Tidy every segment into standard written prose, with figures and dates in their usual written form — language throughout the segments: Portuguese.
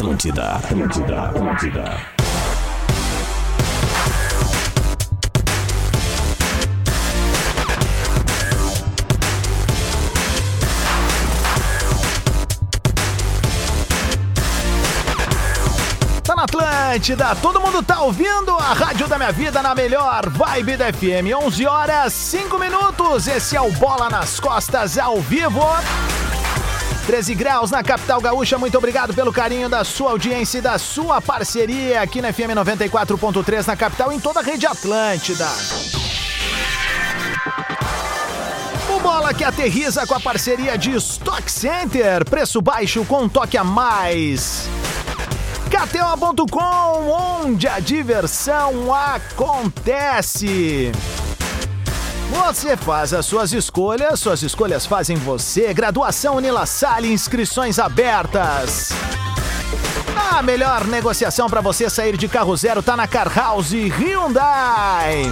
Atlântida. Tá na Atlântida, todo mundo tá ouvindo a Rádio da Minha Vida na melhor vibe da FM. 11 horas, 5 minutos, esse é o Bola nas Costas ao vivo. 13 graus na capital gaúcha, muito obrigado pelo carinho da sua audiência e da sua parceria aqui na FM 94.3 na capital e em toda a rede Atlântida. O Bola que aterriza com a parceria de Stock Center, preço baixo com um toque a mais. KTO.com, onde a diversão acontece. Você faz as suas escolhas fazem você. Graduação Unila Salle, inscrições abertas. A melhor negociação para você sair de carro zero tá na Car House Hyundai.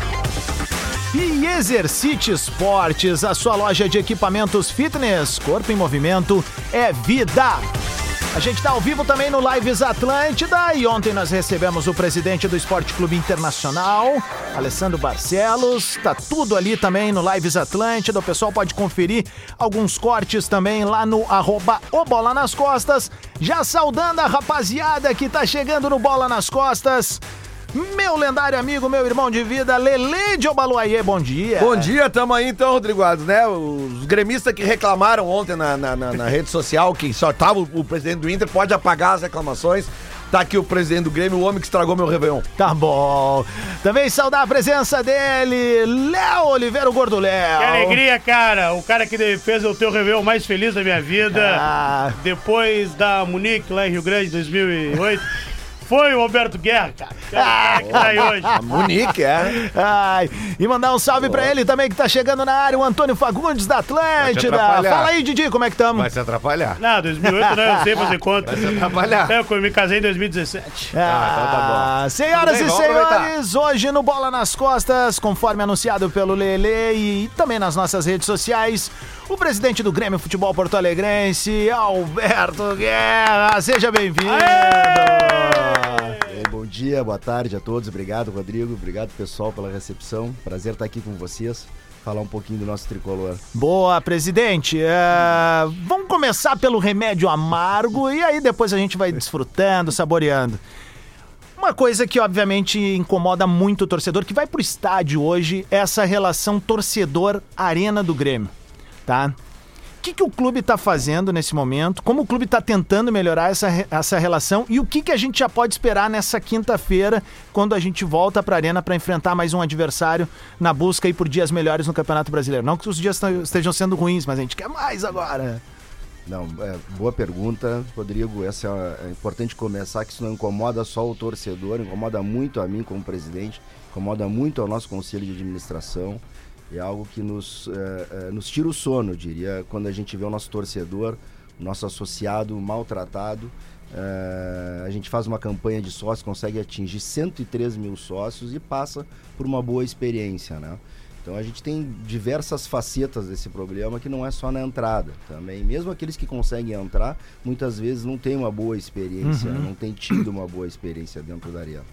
E Exercite Esportes, a sua loja de equipamentos fitness. Corpo em movimento é vida. A gente tá ao vivo também no Lives Atlântida e ontem nós recebemos o presidente do Esporte Clube Internacional, Alessandro Barcelos. Tá tudo ali também no Lives Atlântida. O pessoal pode conferir alguns cortes também lá no @obolanascostas. Já saudando a rapaziada que tá chegando no Bola nas Costas. Meu lendário amigo, meu irmão de vida, Lelê de Obaluayê, bom dia. Bom dia, tamo aí então, Rodrigo Adams, né? Os gremistas que reclamaram ontem na rede social que só tava o presidente do Inter, pode apagar as reclamações. Tá aqui o presidente do Grêmio, o homem que estragou meu Réveillon. Tá bom. Também saudar a presença dele, Léo Oliveira, o Gordo Léo. Que alegria, cara. O cara que fez o teu Réveillon mais feliz da minha vida. Depois da Munique, lá em Rio Grande, 2008. Foi o Roberto Guerra, cara. Que tá aí hoje. A Munique, é. Ai, e mandar um salve pra ele também que tá chegando na área, o Antônio Fagundes da Atlântida. Fala aí, Didi, como é que tamo? Vai se atrapalhar. Não, 2008 não, eu sei fazer conta. Vai se atrapalhar. Eu me casei em 2017. Então tá bom. Senhoras e senhores, hoje no Bola nas Costas, conforme anunciado pelo Lelê e também nas nossas redes sociais, o presidente do Grêmio Futebol Porto Alegrense, Alberto Guerra. Seja bem-vindo. Bom dia, boa tarde a todos. Obrigado, Rodrigo. Obrigado, pessoal, pela recepção. Prazer estar aqui com vocês. Falar um pouquinho do nosso tricolor. Boa, presidente. Vamos começar pelo remédio amargo e aí depois a gente vai desfrutando, saboreando. Uma coisa que obviamente incomoda muito o torcedor que vai pro estádio hoje é essa relação torcedor-arena do Grêmio, tá? O que o clube está fazendo nesse momento? Como o clube está tentando melhorar essa relação? E o que a gente já pode esperar nessa quinta-feira, quando a gente volta para a Arena para enfrentar mais um adversário na busca aí por dias melhores no Campeonato Brasileiro? Não que os dias estejam sendo ruins, mas a gente quer mais agora. Não, boa pergunta, Rodrigo. É importante começar que isso não incomoda só o torcedor, incomoda muito a mim como presidente, incomoda muito ao nosso conselho de administração. É algo que nos tira o sono, eu diria, quando a gente vê o nosso torcedor, o nosso associado maltratado. A gente faz uma campanha de sócios, consegue atingir 103 mil sócios e passa por uma boa experiência, né? Então a gente tem diversas facetas desse problema que não é só na entrada também. Mesmo aqueles que conseguem entrar, muitas vezes não tem uma boa experiência, não tem tido uma boa experiência dentro da arena.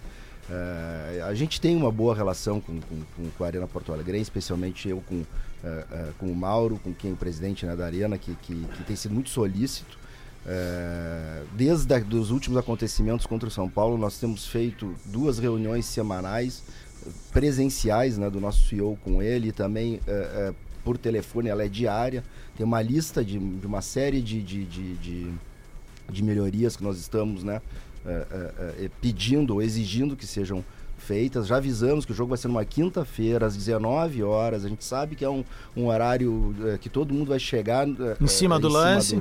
A gente tem uma boa relação com a Arena Porto Alegre, especialmente eu com o Mauro, com quem é o presidente, né, da Arena, que tem sido muito solícito. Desde os últimos acontecimentos contra o São Paulo, nós temos feito 2 reuniões semanais presenciais, né, do nosso CEO com ele, também por telefone, ela é diária. Tem uma lista de uma série de melhorias que nós estamos, né, pedindo ou exigindo que sejam feitas. Já avisamos que o jogo vai ser numa quinta-feira, às 19 horas. A gente sabe que é um horário que todo mundo vai chegar em cima do lance,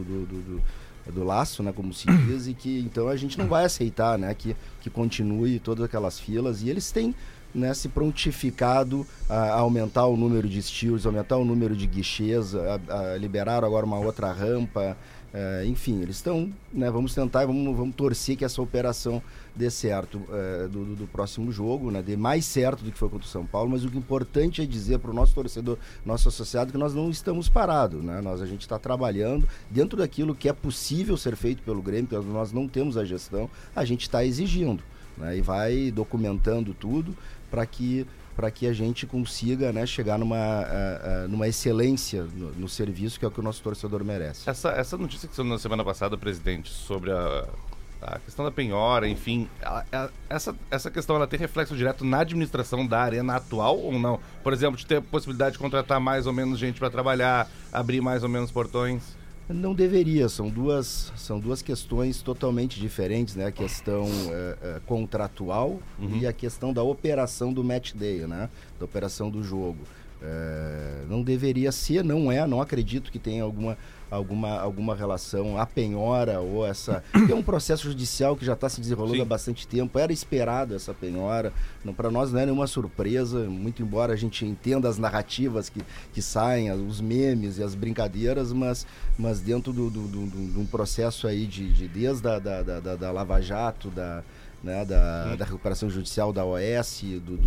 do laço, né, como se diz, e que então a gente não vai aceitar, né, que continue todas aquelas filas. E eles têm, né, se prontificado a aumentar o número de estilos, aumentar o número de guichês, liberaram agora uma outra rampa. Enfim, eles estão, né, vamos tentar, vamos torcer que essa operação dê certo do próximo jogo, né, dê mais certo do que foi contra o São Paulo, mas o que é importante é dizer para o nosso torcedor, nosso associado, que nós não estamos parados, né, a gente está trabalhando dentro daquilo que é possível ser feito pelo Grêmio, porque nós não temos a gestão, a gente está exigindo, né, e vai documentando tudo para que a gente consiga, né, chegar numa excelência no serviço, que é o que o nosso torcedor merece. Essa notícia que saiu na semana passada, presidente, sobre a questão da penhora, enfim, essa questão ela tem reflexo direto na administração da Arena atual ou não? Por exemplo, de ter a possibilidade de contratar mais ou menos gente para trabalhar, abrir mais ou menos portões? Não deveria, são duas questões totalmente diferentes, né? A questão contratual e a questão da operação do match day, né? Da operação do jogo. Não deveria ser, não acredito que tenha alguma relação a penhora ou essa... Tem um processo judicial que já está se desenrolando há bastante tempo, era esperado essa penhora, para nós não é nenhuma surpresa, muito embora a gente entenda as narrativas que saem, os memes e as brincadeiras, mas dentro de um processo aí desde da Lava Jato, da recuperação judicial da OS,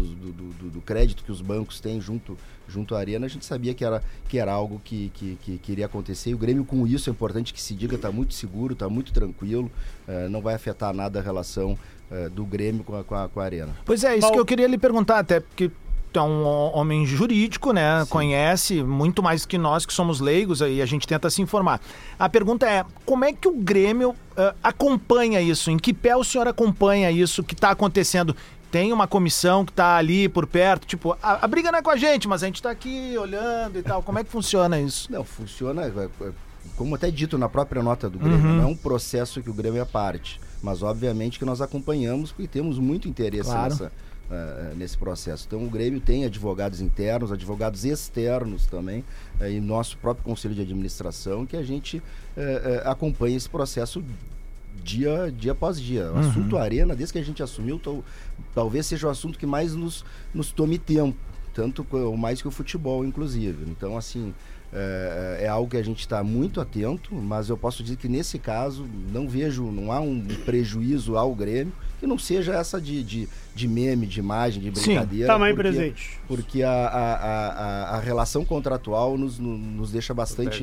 do crédito que os bancos têm junto à Arena, a gente sabia que era algo que iria acontecer, e o Grêmio, com isso, é importante que se diga, está muito seguro, está muito tranquilo, não vai afetar nada a relação do Grêmio com a Arena. Pois é, isso que eu queria lhe perguntar, até porque tu é um homem jurídico, né? Sim. Conhece muito mais que nós, que somos leigos, e a gente tenta se informar. A pergunta é, como é que o Grêmio acompanha isso? Em que pé o senhor acompanha isso que está acontecendo? Tem uma comissão que está ali por perto, tipo, a briga não é com a gente, mas a gente está aqui olhando e tal. Como é que funciona isso? Não, funciona, como até dito na própria nota do Grêmio, não é um processo que o Grêmio é parte, mas obviamente que nós acompanhamos porque temos muito interesse nesse processo. Então o Grêmio tem advogados internos, advogados externos também, e nosso próprio conselho de administração, que a gente acompanha esse processo dia após dia. O assunto Arena, desde que a gente assumiu, talvez seja o assunto que mais nos tome tempo, tanto ou mais que o futebol, inclusive. Então, assim, é algo que a gente está muito atento, mas eu posso dizer que nesse caso não há um prejuízo ao Grêmio, que não seja essa de meme, de imagem, de brincadeira. Sim, tamanho presente. Porque a relação contratual nos deixa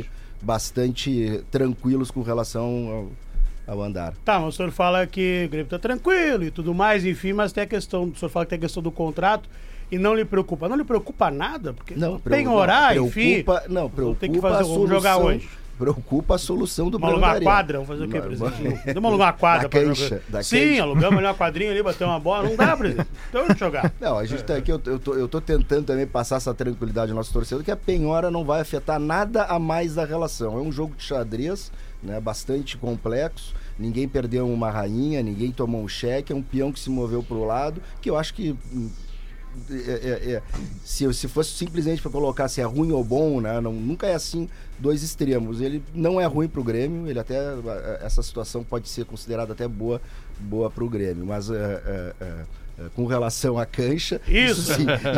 bastante tranquilos com relação ao andar. Tá, mas o senhor fala que o Grêmio está tranquilo e tudo mais, enfim, mas tem a questão, o senhor fala que tem a questão do contrato e não lhe preocupa. Não lhe preocupa nada? Porque tem horário, enfim. Tem que fazer, vamos jogar hoje. Preocupa a solução do problema da Arena. Alugar uma quadra, vamos fazer o quê, presidente? Vamos alugar uma quadra para jogar. Sim, alugamos ali uma quadrinha ali, bater uma bola. Não dá, presidente. Então vamos jogar. Não, a gente tá aqui, eu tô tentando também passar essa tranquilidade ao nosso torcedor, que a penhora não vai afetar nada a mais da relação. É um jogo de xadrez, né, bastante complexo. Ninguém perdeu uma rainha, ninguém tomou um cheque, é um peão que se moveu para o lado, que eu acho que se fosse simplesmente para colocar se é ruim ou bom, né, nunca é assim, dois extremos. Ele não é ruim para o Grêmio, ele até essa situação pode ser considerada até boa para o Grêmio, mas com relação à cancha, isso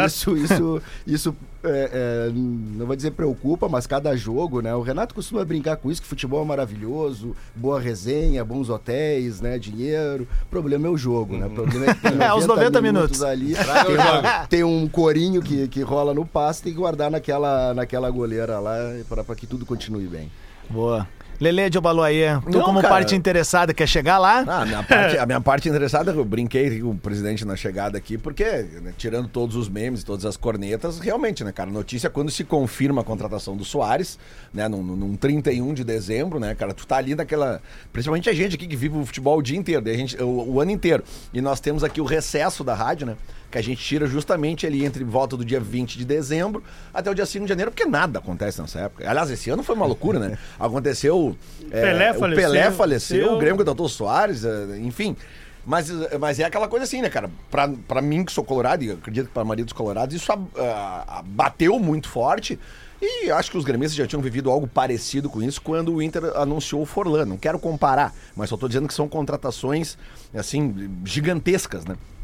não vou dizer preocupa, mas cada jogo, né? O Renato costuma brincar com isso, que futebol é maravilhoso, boa resenha, bons hotéis, né? Dinheiro. O problema é o jogo, né? O problema é que tem os 90 minutos ali, tem um corinho que rola no passe, tem que guardar naquela goleira lá para que tudo continue bem. Boa. Lelê de Obaloaê, como parte interessada, quer chegar lá? A minha parte interessada, eu brinquei com o presidente na chegada aqui, porque, né, tirando todos os memes, todas as cornetas, realmente, né, cara, notícia quando se confirma a contratação do Soares, né, num 31 de dezembro, né, cara, tu tá ali naquela, principalmente a gente aqui que vive o futebol o dia inteiro, o ano inteiro, e nós temos aqui o recesso da rádio, né, que a gente tira justamente ali entre volta do dia 20 de dezembro até o dia 5 de janeiro, porque nada acontece nessa época. Aliás, esse ano foi uma loucura, né? Aconteceu... Pelé faleceu, o Grêmio contratou o Soares, enfim... Mas é aquela coisa assim, né, cara? Pra mim, que sou colorado, e acredito que pra maioria dos colorados, isso bateu muito forte. E acho que os gremistas já tinham vivido algo parecido com isso quando o Inter anunciou o Forlan. Não quero comparar, mas só tô dizendo que são contratações, assim, gigantescas, né?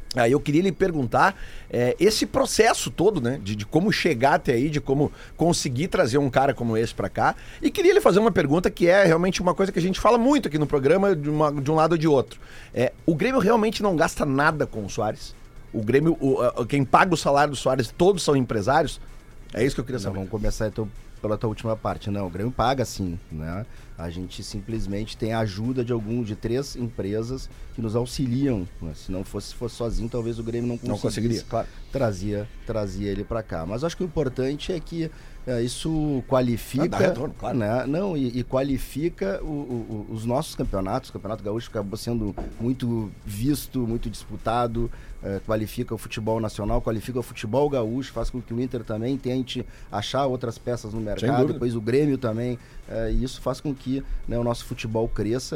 Aí eu queria lhe perguntar esse processo todo, né? De como chegar até aí, de como conseguir trazer um cara como esse pra cá. E queria lhe fazer uma pergunta que é realmente uma coisa que a gente fala muito aqui no programa, de um lado ou de outro. O Grêmio realmente não gasta nada com o Soares? O Grêmio, quem paga o salário do Soares, todos são empresários? É isso que eu queria saber. Vamos começar então pela tua última parte. Não, o Grêmio paga sim, né? A gente simplesmente tem a ajuda de 3 empresas que nos auxiliam, né? Se não fosse sozinho, talvez o Grêmio não conseguiria. Claro. Trazia ele para cá. Mas acho que o importante é que isso qualifica, dá retorno, claro. Né? Não, e qualifica os nossos campeonatos. O Campeonato Gaúcho acabou sendo muito visto, muito disputado, qualifica o futebol nacional, qualifica o futebol gaúcho, faz com que o Inter também tente achar outras peças no mercado, depois o Grêmio também, e isso faz com que, né, o nosso futebol cresça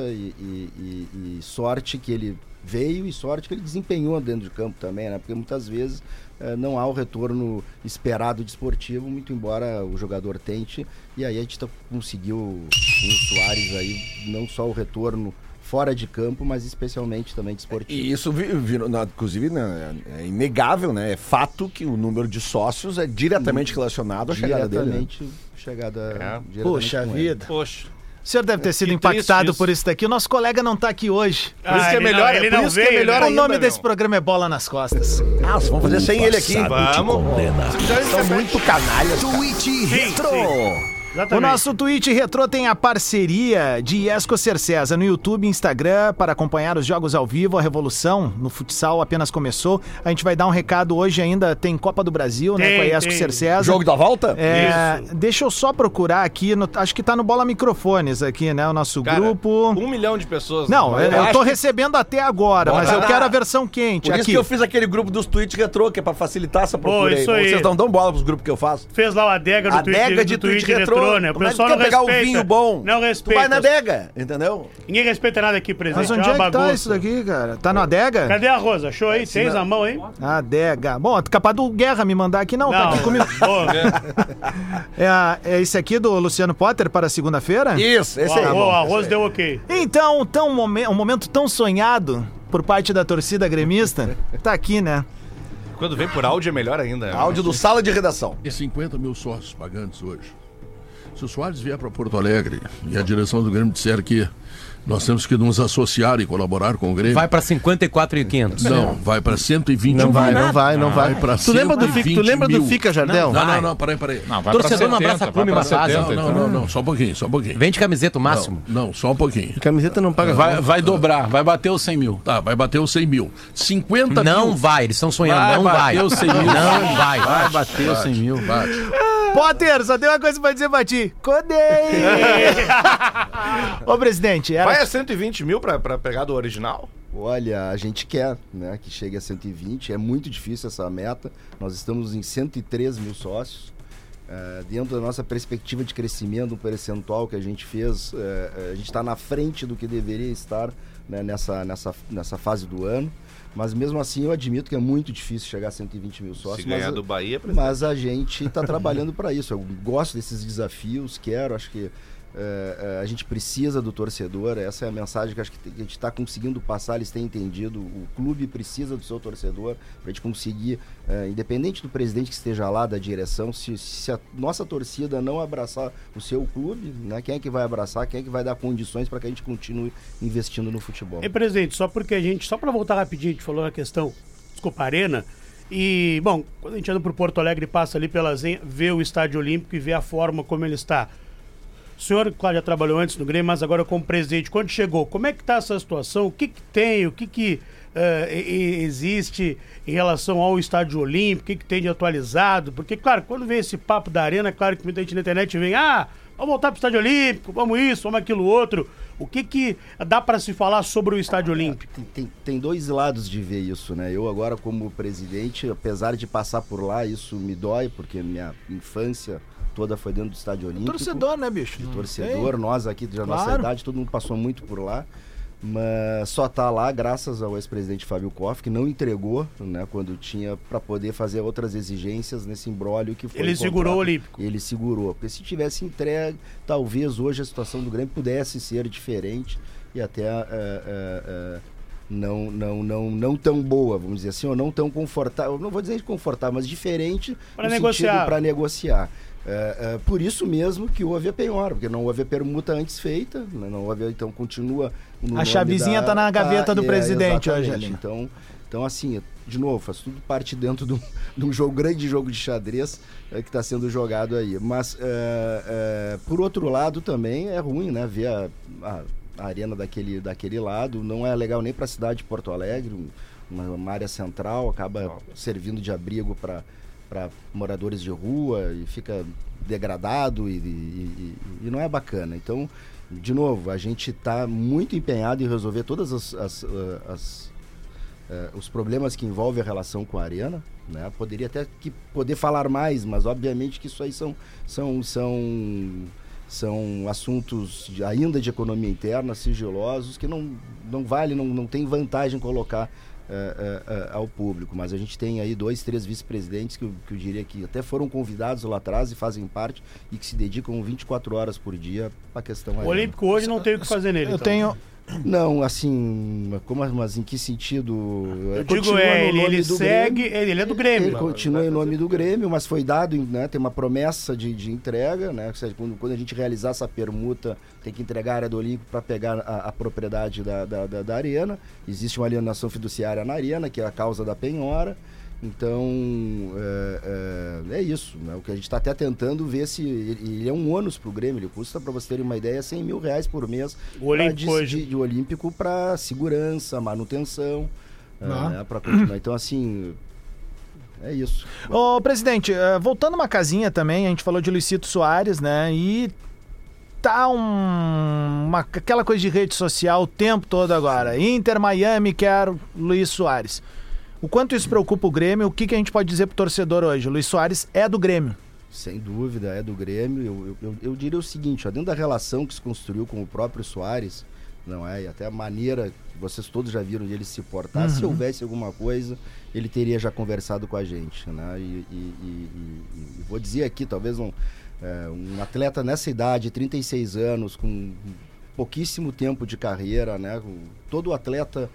e sorte que ele veio e sorte que ele desempenhou dentro de campo também, né? Porque muitas vezes não há o retorno esperado de esportivo, muito embora o jogador tente, e aí a gente conseguiu com o Soares aí não só o retorno fora de campo, mas especialmente também de esportivo. E isso virou, inclusive, né, é inegável, né? É fato que o número de sócios é diretamente relacionado à chegada dele. Diretamente Poxa com vida. Poxa. O senhor deve ter sido Que impactado triste por isso daqui. O nosso colega não tá aqui hoje. Por isso que é melhor, ele por não isso que é veio, melhor né? O ainda, nome desse meu. programa é Bola nas Costas. Nossa, vamos fazer sem ele aqui. Vamos. São muito canalhas. Tweet Retro. O Exatamente. nosso Tweet Retro tem a parceria de Iesco Cercesa no YouTube e Instagram para acompanhar os jogos ao vivo. A revolução no futsal apenas começou. A gente vai dar um recado hoje ainda. Tem Copa do Brasil, né? Com a Iesco Cercesa. Jogo da volta? Deixa eu só procurar aqui. Acho que tá no Bola Microfones aqui, né? O nosso Cara, grupo. 1 milhão de pessoas. Não, eu tô recebendo até agora, mas eu quero a versão quente. Por isso aqui. que eu fiz aquele grupo dos tweets retrô, que é pra facilitar essa procura isso aí. Vocês não dão bola pros grupos que eu faço. Fez lá o adega do Adega de Twitch tweet retrô, né? O como é que pessoal quer não pegar respeita. o vinho bom? Não Tu respeita. vai na adega, entendeu? Ninguém respeita nada aqui, presidente. Mas onde é que tá isso daqui, cara? Tá no Adega? Cadê a Rosa? Achou aí? Tens na mão aí? Adega. Bom, capaz do Guerra me mandar aqui. Não, tá aqui comigo. Boa. É esse aqui do Luciano Potter para segunda-feira? Isso, esse aí. O arroz deu ok. Então, um momento tão sonhado por parte da torcida gremista, tá aqui, né? Quando vem por áudio é melhor ainda. Áudio do Sala de Redação. E 50 mil sócios pagantes hoje. Se o Soares vier para Porto Alegre e a direção do Grêmio disser que nós temos que nos associar e colaborar com o Grêmio... Vai para 54.500. Não, vai para 120 Não mil. vai, não vai, não vai. Pra Tu lembra do Fica, 120 mil. Fica Jardel? Não, peraí. Torcedor não abraça clube, mas faz. Não, só um pouquinho. Vende camiseta o máximo. Não, só um pouquinho. Camiseta não paga. Vai dobrar, vai bater os 100 mil. Tá, vai bater os 100 mil. 50 mil. Não vai, eles estão sonhando, não vai. bater os 100 mil. Não vai. Vai bater os 100 mil. Bate. Potter, só tem uma coisa pra dizer pra ti. Codei! Ô, presidente, Vai a 120 mil pra pegar do original? Olha, a gente quer, né, que chegue a 120. É muito difícil essa meta. Nós estamos em 103 mil sócios. Dentro da nossa perspectiva de crescimento, um percentual que a gente fez, a gente está na frente do que deveria estar, né, nessa fase do ano. Mas mesmo assim eu admito que é muito difícil chegar a 120 mil sócios. Se ganhar do Bahia, presidente. Mas a gente está trabalhando para isso. Eu gosto desses desafios, acho que a gente precisa do torcedor. Essa é a mensagem que acho que a gente está conseguindo passar, eles têm entendido. O clube precisa do seu torcedor para a gente conseguir, independente do presidente que esteja lá, da direção, se a nossa torcida não abraçar o seu clube, né, quem é que vai abraçar, quem é que vai dar condições para que a gente continue investindo no futebol? E, presidente, só para voltar rapidinho, a gente falou na questão, desculpa, Arena, e, bom, quando a gente anda pro Porto Alegre, passa ali pela Zenha, vê o Estádio Olímpico e vê a forma como ele está. O senhor, claro, já trabalhou antes no Grêmio, mas agora como presidente, quando chegou, como é que está essa situação? O que tem, existe em relação ao Estádio Olímpico? O que tem de atualizado? Porque, claro, quando vem esse papo da Arena, claro que muita gente na internet vem, vamos voltar pro Estádio Olímpico, vamos isso, vamos aquilo outro. O que dá para se falar sobre o Estádio Olímpico? Tem dois lados de ver isso, né? Eu agora como presidente, apesar de passar por lá, isso me dói, porque minha infância toda foi dentro do Estádio Olímpico. Torcedor, né, bicho? De torcedor, nós aqui da nossa idade, todo mundo passou muito por lá. Mas só tá lá graças ao ex-presidente Fábio Koff, que não entregou, né, quando tinha para poder fazer outras exigências nesse imbróglio que foi. Ele segurou o Olímpico. Ele segurou, porque se tivesse entregue, talvez hoje a situação do Grêmio pudesse ser diferente e até não tão boa, vamos dizer assim, ou não tão confortável, não vou dizer confortável, mas diferente para negociar. Para negociar. Por isso mesmo que houve a penhora, porque não houve a permuta antes feita, né? Não houve, então continua no a chavezinha tá na gaveta do presidente hoje ali. Então, assim, de novo, faz tudo parte dentro de um grande jogo de xadrez que está sendo jogado aí. Mas, por outro lado, também é ruim, né? Ver a arena daquele lado. Não é legal nem para a cidade de Porto Alegre, uma área central, acaba servindo de abrigo para moradores de rua e fica degradado e não é bacana. Então, de novo, a gente está muito empenhado em resolver todas os problemas que envolvem a relação com a arena, né? Poderia até poder falar mais, mas obviamente que isso aí são assuntos ainda de economia interna, sigilosos, que não tem vantagem colocar ao público. Mas a gente tem aí 2, 3 vice-presidentes que eu diria que até foram convidados lá atrás e fazem parte e que se dedicam 24 horas por dia para a questão arena. O Olímpico hoje não tem o que fazer nele. Eu tenho... Não, assim, mas em que sentido? Eu digo, ele segue, ele é do Grêmio. Ele continua em nome do Grêmio, mas foi dado, né, tem uma promessa de entrega, né? Quando a gente realizar essa permuta, tem que entregar a área do Olímpico para pegar a propriedade da arena. Existe uma alienação fiduciária na arena, que é a causa da penhora. Então, é isso, né? O que a gente está até tentando ver se... Ele é um ônus para o Grêmio, ele custa, para você ter uma ideia, R$100 mil por mês de Olímpico para segurança, manutenção, né? Para continuar. Então, assim, é isso. Ô, presidente, voltando uma casinha também, a gente falou de Luizito Soares, né? E tá aquela coisa de rede social o tempo todo agora. Inter, Miami, quero Luiz Soares. O quanto isso preocupa o Grêmio? O que a gente pode dizer pro torcedor hoje? O Luiz Soares é do Grêmio. Sem dúvida, é do Grêmio. Eu diria o seguinte, dentro da relação que se construiu com o próprio Soares, não é? E até a maneira que vocês todos já viram de ele se portar, se houvesse alguma coisa, ele teria já conversado com a gente, né? E vou dizer aqui, talvez um atleta nessa idade, 36 anos, com pouquíssimo tempo de carreira, né? Todo atleta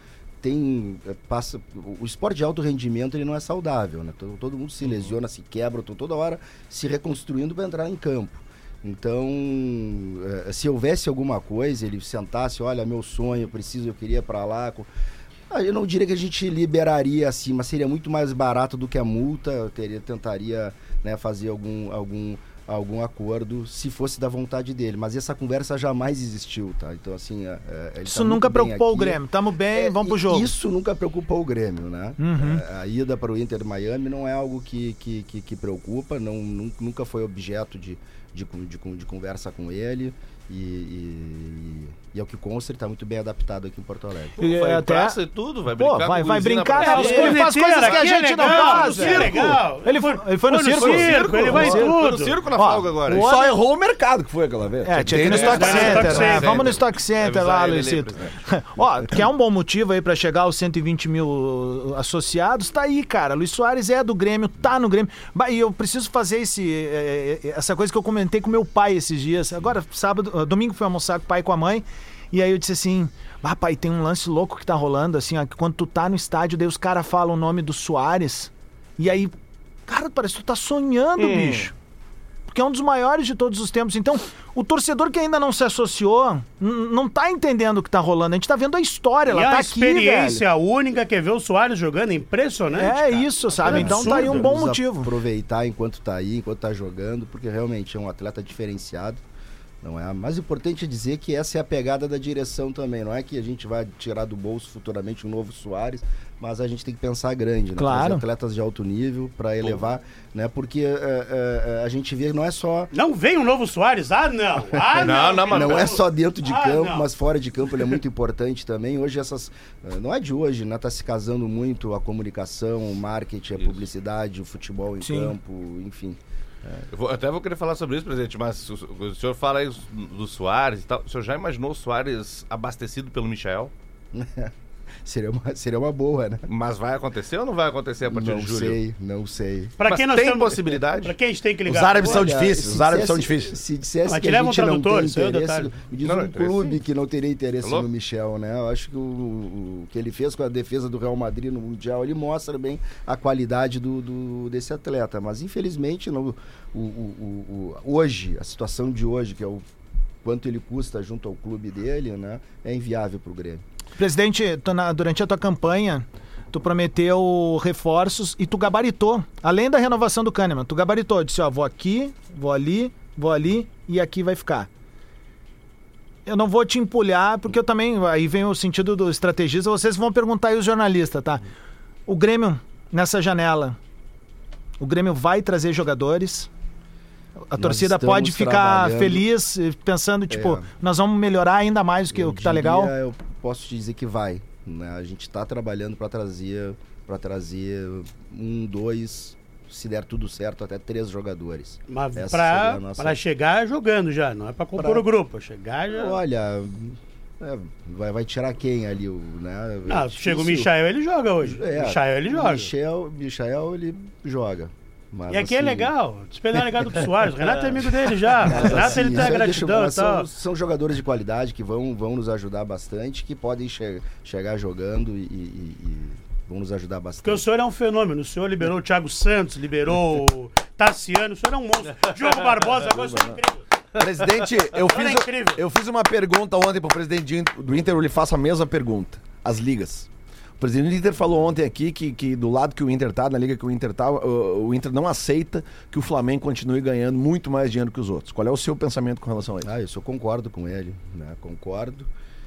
o esporte de alto rendimento, ele não é saudável, né? Todo mundo se lesiona, se quebra, toda hora se reconstruindo para entrar em campo. Então, se houvesse alguma coisa, ele sentasse, olha, meu sonho, eu queria ir para lá. Eu não diria que a gente liberaria assim, mas seria muito mais barato do que a multa. Eu tentaria, né, fazer algum acordo, se fosse da vontade dele. Mas essa conversa jamais existiu, tá? Então, assim... Isso nunca preocupou o Grêmio. Tamo bem, vamos pro jogo. Isso nunca preocupou o Grêmio, né? A ida para o Inter Miami não é algo que preocupa, nunca foi objeto de conversa com ele. E ao que consta, ele está muito bem adaptado aqui em Porto Alegre. Vai até... praça e tudo, vai brincar. Vai brincar, ele faz coisas que a gente não faz. Ele foi no circo, ele vai em tudo. Foi no circo na folga agora. Só errou o mercado que foi aquela vez. Tinha que ir no Stock Center. Vamos no Stock Center lá, Luizito. Que é um bom motivo aí pra chegar aos 120 mil associados, tá aí, cara. Luiz Soares é do Grêmio, tá no Grêmio. E eu preciso fazer essa coisa que eu comentei com meu pai esses dias. Agora, domingo fui almoçar com o pai e com a mãe. E aí eu disse assim, pai, tem um lance louco que tá rolando, assim, ó, que quando tu tá no estádio, daí os caras falam o nome do Soares, e aí, cara, parece que tu tá sonhando, bicho. Porque é um dos maiores de todos os tempos. Então, o torcedor que ainda não se associou, não tá entendendo o que tá rolando. A gente tá vendo a história, ela tá aqui, velho. A experiência única que é ver o Soares jogando, é impressionante, cara. Isso, sabe? Então tá aí um bom motivo. Aproveitar enquanto tá aí, enquanto tá jogando, porque realmente é um atleta diferenciado. Não é? Mais importante é dizer que essa é a pegada da direção também. Não é que a gente vai tirar do bolso futuramente um novo Soares, mas a gente tem que pensar grande, né? Claro. Trazer atletas de alto nível para elevar, né? Porque a gente vê que não é só... Não vem um novo Soares? Não é só dentro de campo, mas fora de campo ele é muito importante também. Hoje não é de hoje, né? Tá se casando muito a comunicação, o marketing, a publicidade, o futebol em campo, enfim. Eu vou querer falar sobre isso, presidente, mas o senhor fala aí do Soares e tal. O senhor já imaginou o Soares abastecido pelo Michael? Seria uma boa, né? Mas vai acontecer ou não vai acontecer a partir de julho? Não sei. Pra Mas quem nós tem temos- possibilidade? Pra quem a gente tem que ligar? Os árabes são Olha, difíceis, se os árabes são dissesse- difíceis. Se dissesse Mas que te a leva um gente não tradutor, tem isso aí é interesse, detalhe. me diz Não, um interesse clube sim. que não teria interesse Alô? no Michel, né? Eu acho que o que ele fez com a defesa do Real Madrid no Mundial, ele mostra bem a qualidade desse atleta. Mas, infelizmente, hoje, a situação de hoje, que é o quanto ele custa junto ao clube dele, né? É inviável para o Grêmio. Presidente, durante a tua campanha, tu prometeu reforços e tu gabaritou. Além da renovação do Kahneman, tu gabaritou. Disse, ó, vou aqui, vou ali e aqui vai ficar. Eu não vou te empulhar, porque eu também... Aí vem o sentido do estrategista. Vocês vão perguntar aí os jornalistas, tá? O Grêmio, nessa janela, o Grêmio vai trazer jogadores... A torcida estamos pode ficar trabalhando. feliz, pensando, tipo, nós vamos melhorar ainda mais o que tá legal? Eu posso te dizer que vai, né? A gente está trabalhando para trazer 1, 2, se der tudo certo, até 3 jogadores. Mas Essa seria a pra nossa- chegar jogando já, não é pra compor o grupo. Chegar já... Olha, vai tirar quem ali, né? Ah, É chega o difícil. Michael, ele joga hoje. Michael, ele joga. Michael, ele joga. Mas, E aqui é assim, legal. Despedar legado pro Soares. O Renato é amigo dele já. O Renato, assim, ele tem a deixa- gratidão e tal. são jogadores de qualidade que vão nos ajudar bastante, que podem chegar jogando e vão nos ajudar bastante. Porque o senhor é um fenômeno. O senhor liberou o Thiago Santos, liberou o Tassiano. O senhor é um monstro. Diogo Barbosa, agora o senhor é incrível. Presidente, Olha, é incrível. eu fiz uma pergunta ontem pro presidente do Inter, eu lhe faço a mesma pergunta. As ligas. O presidente do Inter falou ontem aqui que do lado que o Inter tá, na liga que o Inter tá, o Inter não aceita que o Flamengo continue ganhando muito mais dinheiro que os outros. Qual é o seu pensamento com relação a isso? Eu concordo com ele, né? Concordo.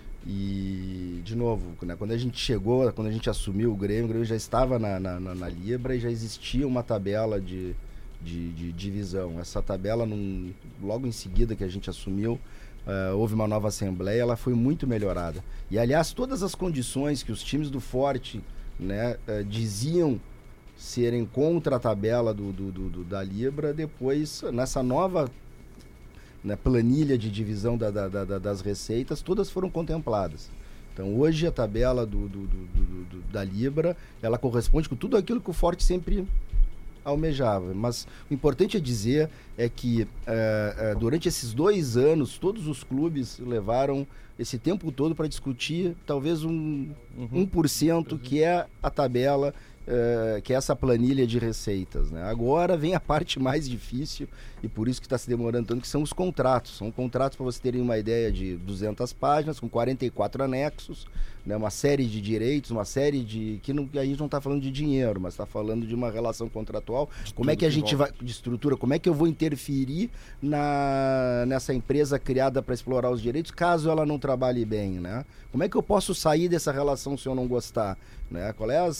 E, de novo, né? Quando a gente assumiu o Grêmio já estava na Libra e já existia uma tabela de divisão. Essa tabela, logo em seguida que a gente assumiu, houve uma nova assembleia, ela foi muito melhorada. E, aliás, todas as condições que os times do Forte, né, diziam serem contra a tabela da Libra, depois, nessa nova, né, planilha de divisão das receitas, todas foram contempladas. Então, hoje, a tabela da Libra, ela corresponde com tudo aquilo que o Forte sempre almejava. Mas o importante a dizer é que durante esses 2 anos todos os clubes levaram esse tempo todo para discutir talvez 1% que é a tabela, que é essa planilha de receitas, né? Agora vem a parte mais difícil e por isso que está se demorando tanto, que são os contratos. São contratos, para você terem uma ideia, de 200 páginas com 44 anexos, né? Uma série de direitos, uma série de... a gente não está falando de dinheiro, mas está falando de uma relação contratual. Como é que a gente vai... de estrutura, como é que eu vou interferir nessa empresa criada para explorar os direitos, caso ela não trabalhe bem, né? Como é que eu posso sair dessa relação se eu não gostar, né? Qual é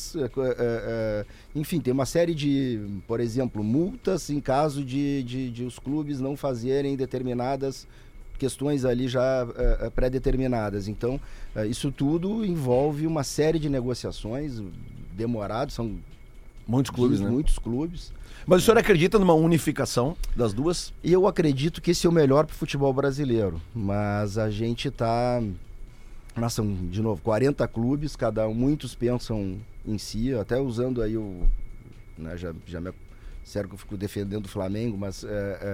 enfim, tem uma série de, por exemplo, multas em caso de os clubes não fazerem determinadas questões ali já pré-determinadas. Então, isso tudo envolve uma série de negociações demoradas, são Muitos clubes, né? Muitos clubes. Mas o senhor acredita numa unificação das duas? Eu acredito que esse é o melhor para o futebol brasileiro, mas a gente está... Mas são, de novo, 40 clubes, muitos pensam em si, até usando aí né, já me sério que eu fico defendendo o Flamengo, mas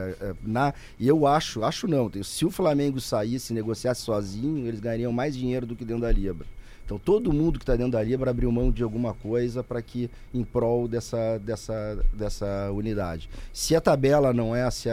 eu acho não, se o Flamengo saísse e negociasse sozinho, eles ganhariam mais dinheiro do que dentro da Libra. Então todo mundo que está dentro da Libra abriu mão de alguma coisa para que em prol dessa unidade. Se a tabela não é, se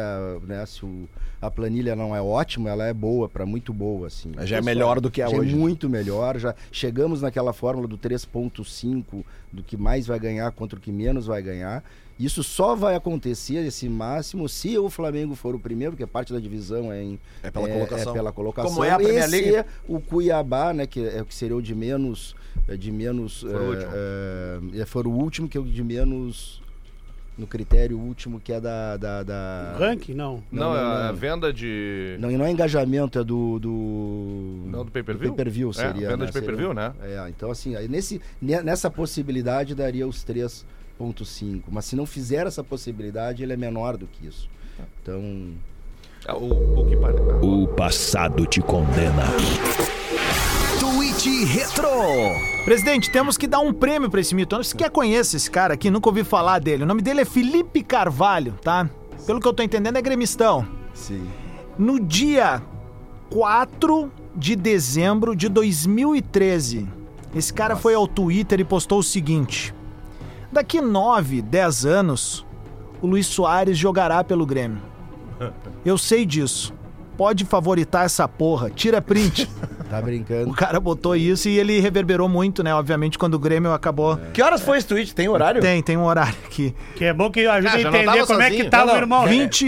a planilha não é ótima, ela é boa, para muito boa, assim. Já é melhor do que é hoje. É muito melhor, já chegamos naquela fórmula do 3.5, do que mais vai ganhar contra o que menos vai ganhar. Isso só vai acontecer, esse máximo, se o Flamengo for o primeiro, que parte da divisão é pela colocação. Como é a Premier League? E se o Cuiabá, né, que seria o de menos for o último, que é o de menos no critério último, que é da... O ranking? Não. Não, é a venda de... Não, e não é engajamento, é Não, do pay-per-view? Do pay-per-view seria. Venda de pay-per-view, né? Então assim, aí nessa possibilidade daria os 3.5, mas se não fizer essa possibilidade, ele é menor do que isso. Então... O que parece. O passado te condena. Tweet Tarde Retrô. Presidente, temos que dar um prêmio pra esse mito. Você quer conhecer esse cara aqui? Nunca ouvi falar dele. O nome dele é Felipe Carvalho, tá? Pelo que eu tô entendendo, é gremistão. Sim. No dia 4 de dezembro de 2013, esse cara foi ao Twitter e postou o seguinte: daqui 9, 10 anos, o Luis Soares jogará pelo Grêmio. Eu sei disso. Pode favoritar essa porra. Tira print. Tá brincando. O cara botou isso e ele reverberou muito, né? Obviamente, quando o Grêmio acabou... Que horas foi esse tweet? Tem horário? Tem um horário aqui. Que é bom que ajuda a já não entender tava como é sozinho. que tava o irmão. 20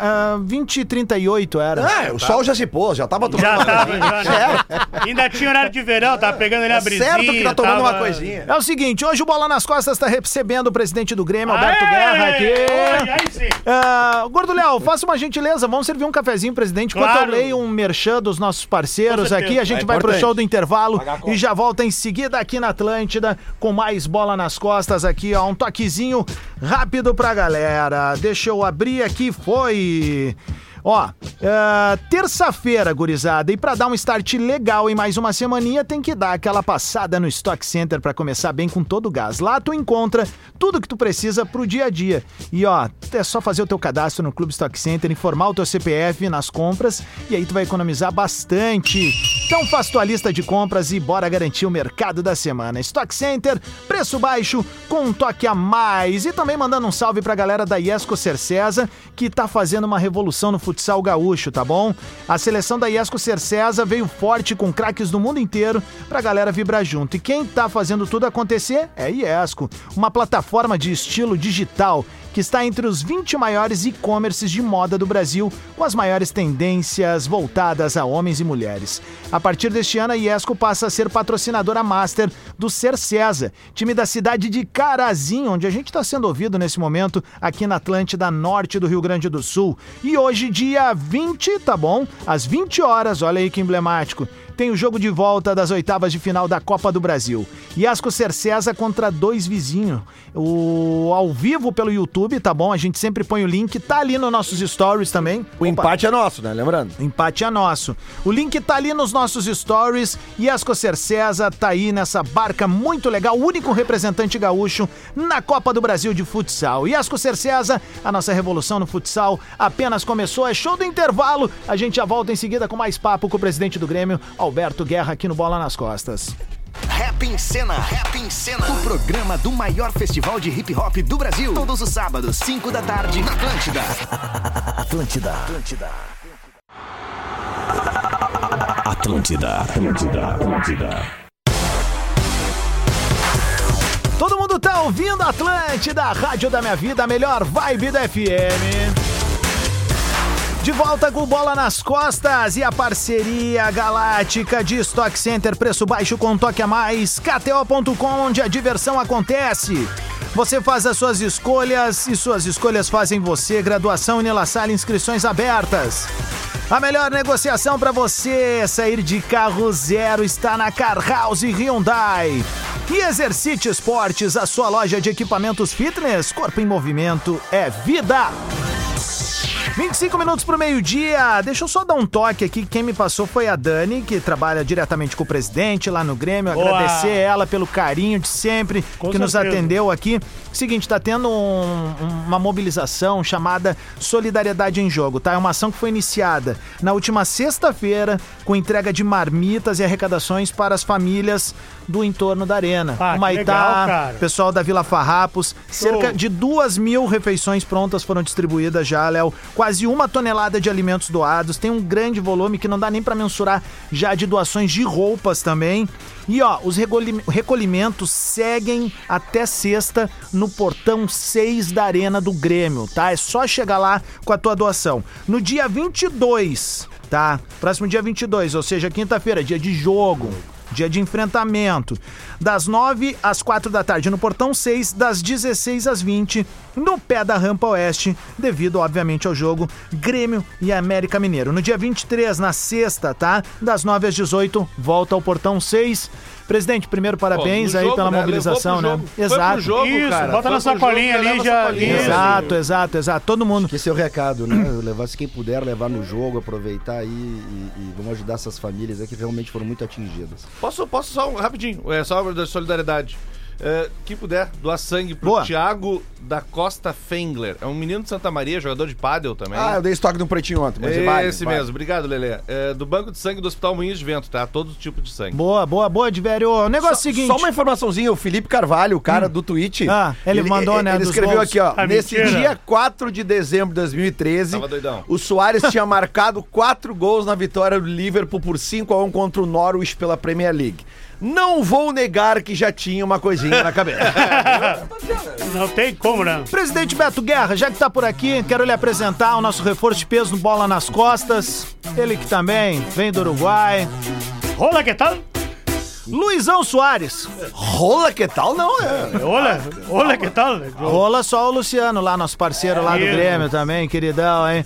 e 38 era. O sol já se pôs, já tava tomando Já uma tava, coisinha. já, né? Ainda tinha horário de verão, tava pegando ali a brisinha. Certo que tá tomando tava... uma coisinha. É o seguinte, hoje o Bola nas Costas tá recebendo o presidente do Grêmio, Alberto Guerra, aqui. Aí sim. Gordo Léo, faça uma gentileza, vamos servir um cafezinho, presidente, enquanto Claro. eu leio um merchan dos nossos parceiros Com certeza. aqui, a gente É vai pro importante. show do intervalo Pagar a conta. e já volta em seguida aqui na Atlântida com mais Bola nas Costas aqui, ó, um toquezinho rápido pra galera. Deixa eu abrir aqui, foi... Ó, terça-feira, gurizada, e pra dar um start legal em mais uma semaninha, tem que dar aquela passada no Stock Center pra começar bem com todo o gás. Lá tu encontra tudo que tu precisa pro dia a dia. E ó, é só fazer o teu cadastro no Clube Stock Center, informar o teu CPF nas compras e aí tu vai economizar bastante. Então faz tua lista de compras e bora garantir o mercado da semana. Stock Center, preço baixo com um toque a mais. E também mandando um salve pra galera da Iesco Cercesa, que tá fazendo uma revolução no futsal gaúcho, tá bom? A seleção da Iesco Cercesa veio forte com craques do mundo inteiro pra galera vibrar junto. E quem tá fazendo tudo acontecer é a Iesco, uma plataforma de estilo digital que está entre os 20 maiores e-commerces de moda do Brasil, com as maiores tendências voltadas a homens e mulheres. A partir deste ano, a Iesco passa a ser patrocinadora master do Cercesa, time da cidade de Carazinho, onde a gente está sendo ouvido nesse momento, aqui na Atlântida, norte do Rio Grande do Sul. E hoje, dia 20, tá bom? Às 20 horas, olha aí que emblemático, tem o jogo de volta das oitavas de final da Copa do Brasil. Iesco Cercesa contra dois vizinhos. Ao vivo pelo YouTube, tá bom? A gente sempre põe o link, tá ali nos nossos stories também. O empate é nosso, né? Lembrando. Empate é nosso. O link tá ali nos nossos stories. Iesco Cercesa tá aí nessa barca muito legal, o único representante gaúcho na Copa do Brasil de futsal. Iesco Cercesa, a nossa revolução no futsal apenas começou. É show do intervalo. A gente já volta em seguida com mais papo com o presidente do Grêmio, Alberto Guerra, aqui no Bola nas Costas. Rap em Cena. O programa do maior festival de hip hop do Brasil. Todos os sábados, 5 da tarde, na Atlântida. Atlântida. Todo mundo tá ouvindo Atlântida, a rádio da minha vida, a melhor vibe da FM. De volta com Bola nas Costas e a parceria galáctica de Stock Center, preço baixo com toque a mais, KTO.com, onde a diversão acontece. Você faz as suas escolhas e suas escolhas fazem você. Graduação Unila Salle, inscrições abertas. A melhor negociação para você sair de carro zero está na Car House Hyundai. E Exercite Esportes, a sua loja de equipamentos fitness, corpo em movimento é vida. 25 minutos pro meio-dia. Deixa eu só dar um toque aqui. Quem me passou foi a Dani, que trabalha diretamente com o presidente lá no Grêmio. Boa. Agradecer ela pelo carinho de sempre que nos atendeu aqui. Seguinte, tá tendo uma mobilização chamada Solidariedade em Jogo, tá? É uma ação que foi iniciada na última sexta-feira com entrega de marmitas e arrecadações para as famílias do entorno da arena. Ah, o Maitá, legal, cara. pessoal da Vila Farrapos, cerca de 2.000 refeições prontas foram distribuídas já, Léo. Quase 1 tonelada de alimentos doados. Tem um grande volume que não dá nem pra mensurar já de doações de roupas também. E ó, os recolhimentos seguem até sexta no portão 6 da Arena do Grêmio, tá? É só chegar lá com a tua doação. No dia 22, tá? Próximo dia 22, ou seja, quinta-feira, dia de jogo. Dia de enfrentamento, das 9 às 4 da tarde no Portão 6, das 16 às 20 no pé da Rampa Oeste, devido, obviamente, ao jogo Grêmio e América Mineiro. No dia 23, na sexta, tá? Das 9 às 18, volta ao Portão 6. Presidente, primeiro parabéns aí jogo, pela né? mobilização, né? Exato. Foi pro jogo, Isso, cara. bota Foi na pro sacolinha jogo, ali, leva já- a sacolinha. Exato. Todo mundo. Que esse é o recado, né? Levar, se quem puder levar no jogo, aproveitar aí e vamos ajudar essas famílias aí que realmente foram muito atingidas. Posso só rapidinho, só da solidariedade. Quem puder, doar sangue pro Boa. Thiago da Costa Fengler. É um menino de Santa Maria, jogador de pádel também. Ah, eu dei estoque de um pretinho ontem, mas vale. Esse mesmo, obrigado, Lelê. Do Banco de Sangue do Hospital Moinhos de Vento, tá? Todo tipo de sangue. Boa, Diverio. O negócio é o seguinte. Só uma informaçãozinha, o Felipe Carvalho, o cara do Twitch. Ele mandou, né, Ele dos escreveu gols. aqui, ó. Ah, Nesse mentira. dia 4 de dezembro de 2013, Tava doidão. o Soares tinha marcado 4 gols na vitória do Liverpool por 5-1 contra o Norwich pela Premier League. Não vou negar que já tinha uma coisinha na cabeça. Não tem como, né? Presidente Beto Guerra, já que tá por aqui, quero lhe apresentar o nosso reforço de peso no Bola nas Costas. Ele que também vem do Uruguai. Olá, que tal? Luizão Soares. Rola, que tal? Não, Olá, que tal? Rola só o Luciano lá, nosso parceiro lá do Isso. Grêmio também, queridão, hein?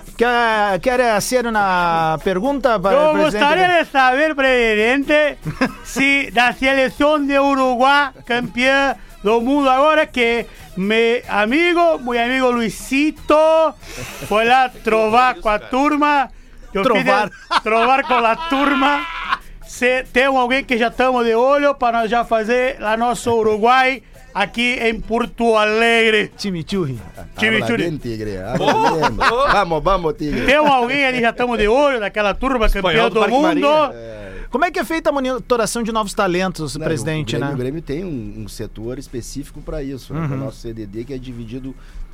Quer ser uma pergunta para Eu o presidente? gostaria de saber, presidente, se da seleção de Uruguai, campeã do mundo agora, que meu amigo Luisito foi lá trovar com a turma. Eu Trovar. fiz trovar com a turma. Se tem alguém que já estamos de olho para nós já fazer lá nosso Uruguai aqui em Porto Alegre. Chimichurri. Time, Habla time. bien, tigre. Habla bien. Vamos, tigre. Tem alguém ali, já estamos de olho, daquela turma campeã Espanhol do do Parque mundo. Maria. Como é que é feita a monitoração de novos talentos, Não, presidente, o Grêmio, né? O Grêmio tem um setor específico para isso, né? O nosso CDD, que é dividido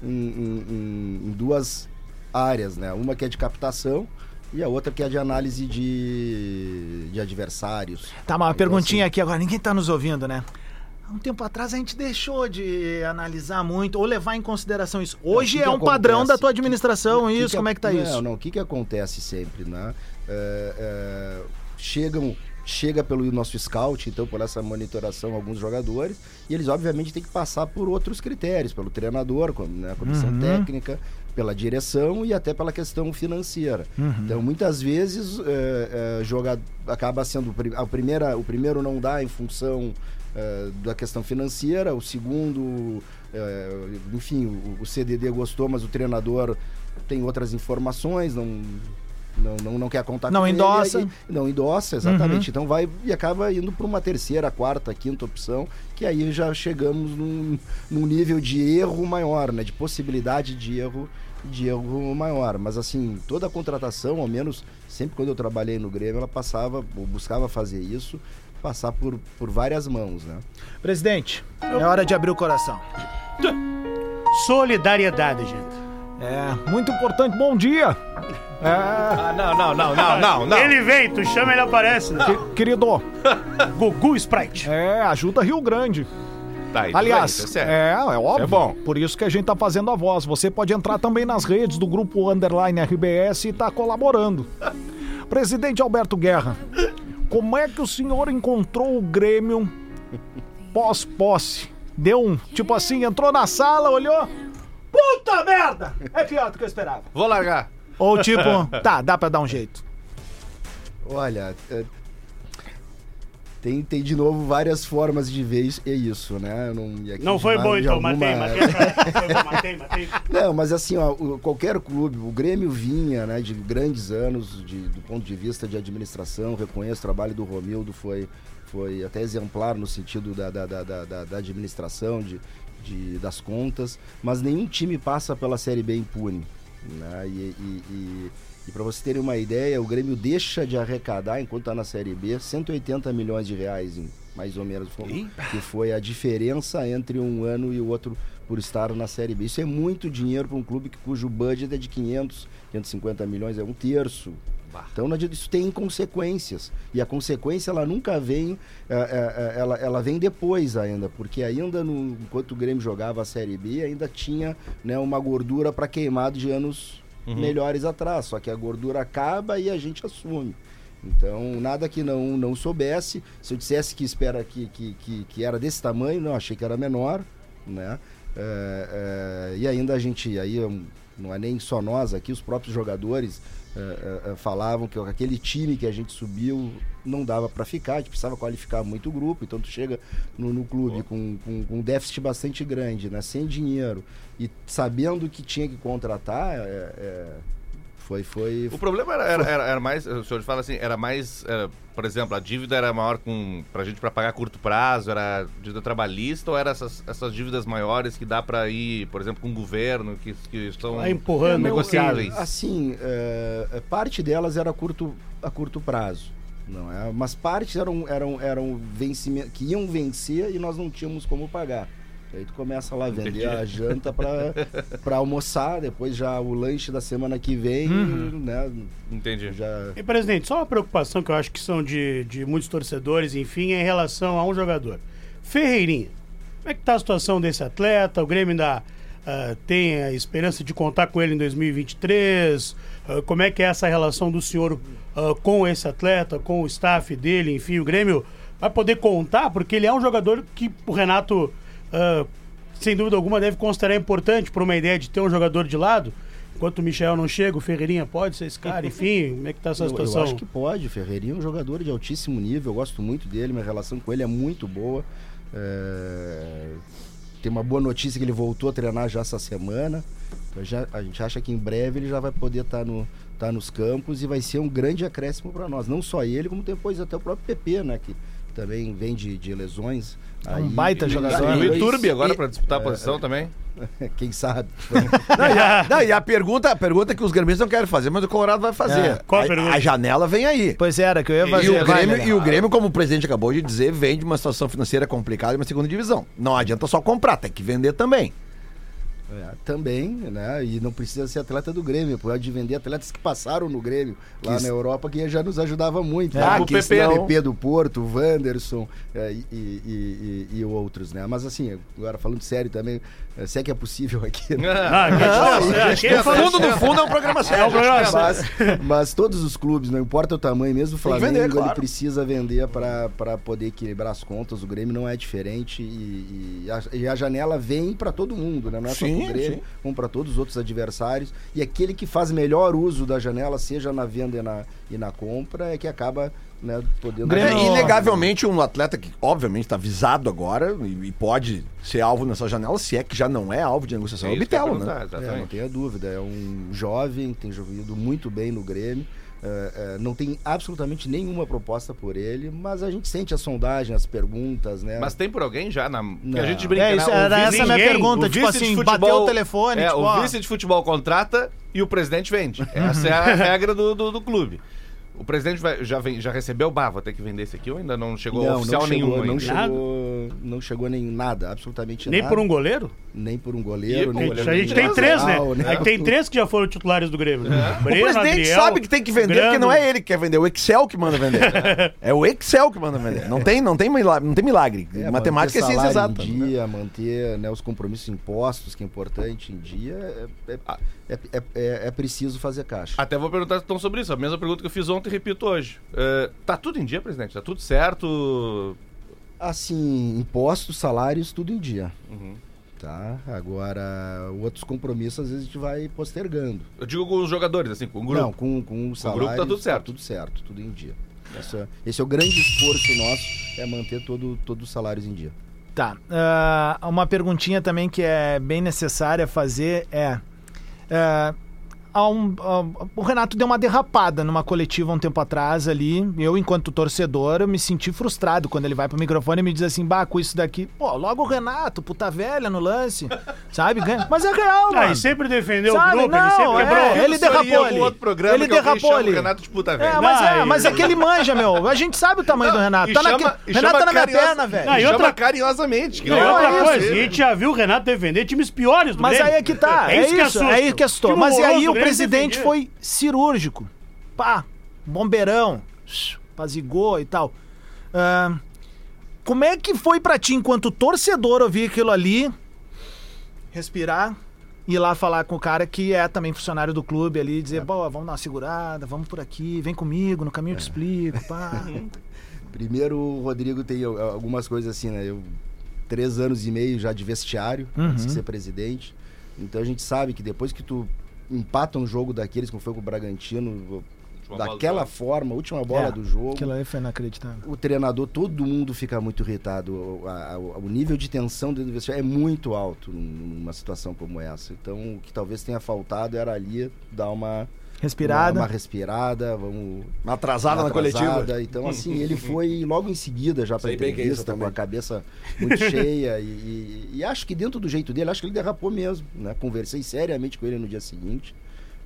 em duas áreas, né? Uma que é de captação e a outra que é de análise de adversários. Tá, uma Então, perguntinha assim, aqui agora. Ninguém tá nos ouvindo, né? Há um tempo atrás a gente deixou de analisar muito ou levar em consideração isso. Hoje que é um acontece? padrão da tua administração, Que isso. Como é que tá isso? Não, o que acontece sempre, né? Chega pelo nosso scout, então por essa monitoração alguns jogadores, e eles obviamente têm que passar por outros critérios, pelo treinador, né, a comissão técnica, pela direção e até pela questão financeira. Então muitas vezes acaba sendo o primeiro não dá em função da questão financeira, o segundo, enfim, o CDD gostou, mas o treinador tem outras informações, não quer contar Não com endossa. ele, não endossa, exatamente. Então vai e acaba indo para uma terceira, quarta, quinta opção, que aí já chegamos num nível de erro maior, né? De possibilidade de erro maior. Mas assim, toda a contratação, ao menos sempre quando eu trabalhei no Grêmio, ela buscava fazer isso, passar por várias mãos, né? Presidente, é hora de abrir o coração. Solidariedade, gente. É, muito importante. Bom dia. Não. Ele vem, tu chama, ele aparece. Né? Querido, Gugu Sprite. ajuda Rio Grande. Tá, isso Aliás, aí, isso é sério. é óbvio. É bom. Por isso que a gente tá fazendo a voz. Você pode entrar também nas redes do grupo Underline RBS e tá colaborando. Presidente Alberto Guerra, como é que o senhor encontrou o Grêmio pós-posse? Deu um, tipo assim, entrou na sala, olhou... Puta merda! É pior do que eu esperava. Vou largar. Ou tipo, tá, dá pra dar um jeito. Olha, tem de novo várias formas de ver isso, né? Não foi bom, então, matei. Não, mas assim, ó, qualquer clube, o Grêmio vinha, né, de grandes anos do ponto de vista de administração, reconheço o trabalho do Romildo, foi até exemplar no sentido da administração, das contas, mas nenhum time passa pela Série B impune, né? E para vocês terem uma ideia, o Grêmio deixa de arrecadar, enquanto está na Série B, 180 milhões de reais, mais ou menos, que foi a diferença entre um ano e o outro por estar na Série B. Isso é muito dinheiro para um clube cujo budget é de 550 milhões, é um terço. Então isso tem consequências, e a consequência ela nunca vem, ela vem depois ainda, porque ainda enquanto o Grêmio jogava a Série B ainda tinha, né, uma gordura para queimar de anos melhores atrás, só que a gordura acaba e a gente assume. Então nada que não soubesse, se eu dissesse que que era desse tamanho, não, achei que era menor, né? E ainda a gente, aí não é nem só nós aqui, os próprios jogadores falavam que aquele time que a gente subiu não dava para ficar, a gente precisava qualificar muito o grupo, então tu chega no clube com um déficit bastante grande, né, sem dinheiro e sabendo que tinha que contratar, foi... O problema era mais, o senhor fala assim, era mais, por exemplo, a dívida era maior pra gente para pagar a curto prazo, era dívida trabalhista ou era essas dívidas maiores que dá para ir, por exemplo, com o governo, que estão empurrando, negociáveis? Assim, parte delas era a curto prazo, não é? Mas partes eram vencimento, que iam vencer e nós não tínhamos como pagar. Aí tu começa lá a vender a janta pra almoçar, depois já o lanche da semana que vem, né? Entendi. E, presidente, só uma preocupação que eu acho que são de muitos torcedores, enfim, é em relação a um jogador. Ferreirinha, como é que tá a situação desse atleta? O Grêmio ainda tem a esperança de contar com ele em 2023? Como é que é essa relação do senhor com esse atleta, com o staff dele? Enfim, o Grêmio vai poder contar, porque ele é um jogador que o Renato... sem dúvida alguma deve considerar importante para uma ideia de ter um jogador de lado. Enquanto o Michel não chega, o Ferreirinha pode ser esse cara, enfim, como é que tá essa situação? Eu acho que pode, o Ferreirinha é um jogador de altíssimo nível, eu gosto muito dele, minha relação com ele é muito boa. Tem uma boa notícia que ele voltou a treinar já essa semana, então a gente acha que em breve ele já vai poder estar nos campos e vai ser um grande acréscimo para nós, não só ele, como depois até o próprio PP, né, que também vem de lesões. É um baita jogador. E o Iturbe agora para disputar a posição também. Quem sabe? E a pergunta que os gremistas não querem fazer, mas o Colorado vai fazer. Qual a pergunta? A janela vem aí. Pois era, que eu ia fazer. E o Grêmio, como o presidente acabou de dizer, vem de uma situação financeira complicada e uma segunda divisão. Não adianta só comprar, tem que vender também. Também, né? E não precisa ser atleta do Grêmio, pode vender atletas que passaram no Grêmio lá na Europa, que já nos ajudava muito. O PP do Porto, o Wanderson e outros, né? Mas assim, agora falando sério também, se é que é possível aqui. No fundo é um programa sério. Mas todos os clubes, não importa o tamanho, mesmo o Flamengo, vender, claro. ele precisa vender para poder equilibrar as contas. O Grêmio não é diferente e a janela vem para todo mundo, né? Não é só pro Grêmio, como para todos os outros adversários. E aquele que faz melhor uso da janela, seja na venda e na compra, é que acaba, né, podendo... Inegavelmente um atleta que obviamente está visado agora e pode ser alvo nessa janela, se é que já não é alvo de negociação, é o Bitelo, né? Não tenha dúvida, é um jovem, tem jogado muito bem no Grêmio, não tem absolutamente nenhuma proposta por ele, mas a gente sente a sondagem, as perguntas, né? Mas tem por alguém já? Que a gente brinca, era essa a minha pergunta, tipo assim, bateu o telefone. O vice de futebol contrata e o presidente vende. Essa é a regra do clube. O presidente já recebeu vou ter que vender esse aqui ou ainda não chegou oficial nenhum? Não chegou nem nada, absolutamente nem nada. Nem por um goleiro? Nem por um goleiro. A gente tem três, né? Tem três que já foram titulares do Grêmio. O presidente sabe que tem que vender, porque não é ele que quer vender, é o Excel que manda vender. É o Excel que manda vender. Não tem milagre. Matemática é ciência exata. Em dia, manter, né, os compromissos impostos, que é importante em dia, é preciso fazer caixa. Até vou perguntar então sobre isso. A mesma pergunta que eu fiz ontem, repito hoje. Tá tudo em dia, presidente? Tá tudo certo? Assim, impostos, salários, tudo em dia. Tá? Agora, outros compromissos às vezes a gente vai postergando. Eu digo com os jogadores, assim, com o grupo. Não, com o salário. O grupo tá tudo certo. Tá tudo certo, tudo em dia. Esse é o grande esforço nosso, é manter todos os salários em dia. Tá. Uma perguntinha também que é bem necessária fazer o Renato deu uma derrapada numa coletiva um tempo atrás ali. Eu, enquanto torcedor, eu me senti frustrado quando ele vai pro microfone e me diz assim, com isso daqui, logo o Renato, puta velha no lance, sabe? Mas é real, mano. E sempre defendeu o grupo, não, ele sempre quebrou. Ele derrapou ali. Outro programa ele derrapou ali. O Renato de puta velha. Mas é que ele manja, meu. A gente sabe o tamanho do Renato. Renato tá na minha perna, velho. E chama carinhosamente. E outra coisa, a gente já viu o Renato defender times piores do Grêmio. Mas aí é que tá. É isso que assustou. Mas e aí o presidente foi cirúrgico. Bombeirão. Apazigou e tal. Como é que foi pra ti, enquanto torcedor, ouvir aquilo ali, respirar, ir lá falar com o cara que é também funcionário do clube ali, dizer, vamos dar uma segurada, vamos por aqui, vem comigo, no caminho eu te explico, Primeiro, o Rodrigo tem algumas coisas assim, né? 3 anos e meio já de vestiário, antes de ser presidente. Então a gente sabe que depois que tu empata um jogo daqueles, como foi com o Bragantino, daquela forma, última bola do jogo. Aquilo aí foi inacreditável. O treinador, todo mundo fica muito irritado. O nível de tensão dentro do vestiário é muito alto numa situação como essa. Então, o que talvez tenha faltado era ali dar uma respirada. Uma respirada, vamos... Uma atrasada na coletiva. Então, assim, ele foi logo em seguida já para a entrevista, com a cabeça muito cheia. E acho que dentro do jeito dele, acho que ele derrapou mesmo. Né? Conversei seriamente com ele no dia seguinte.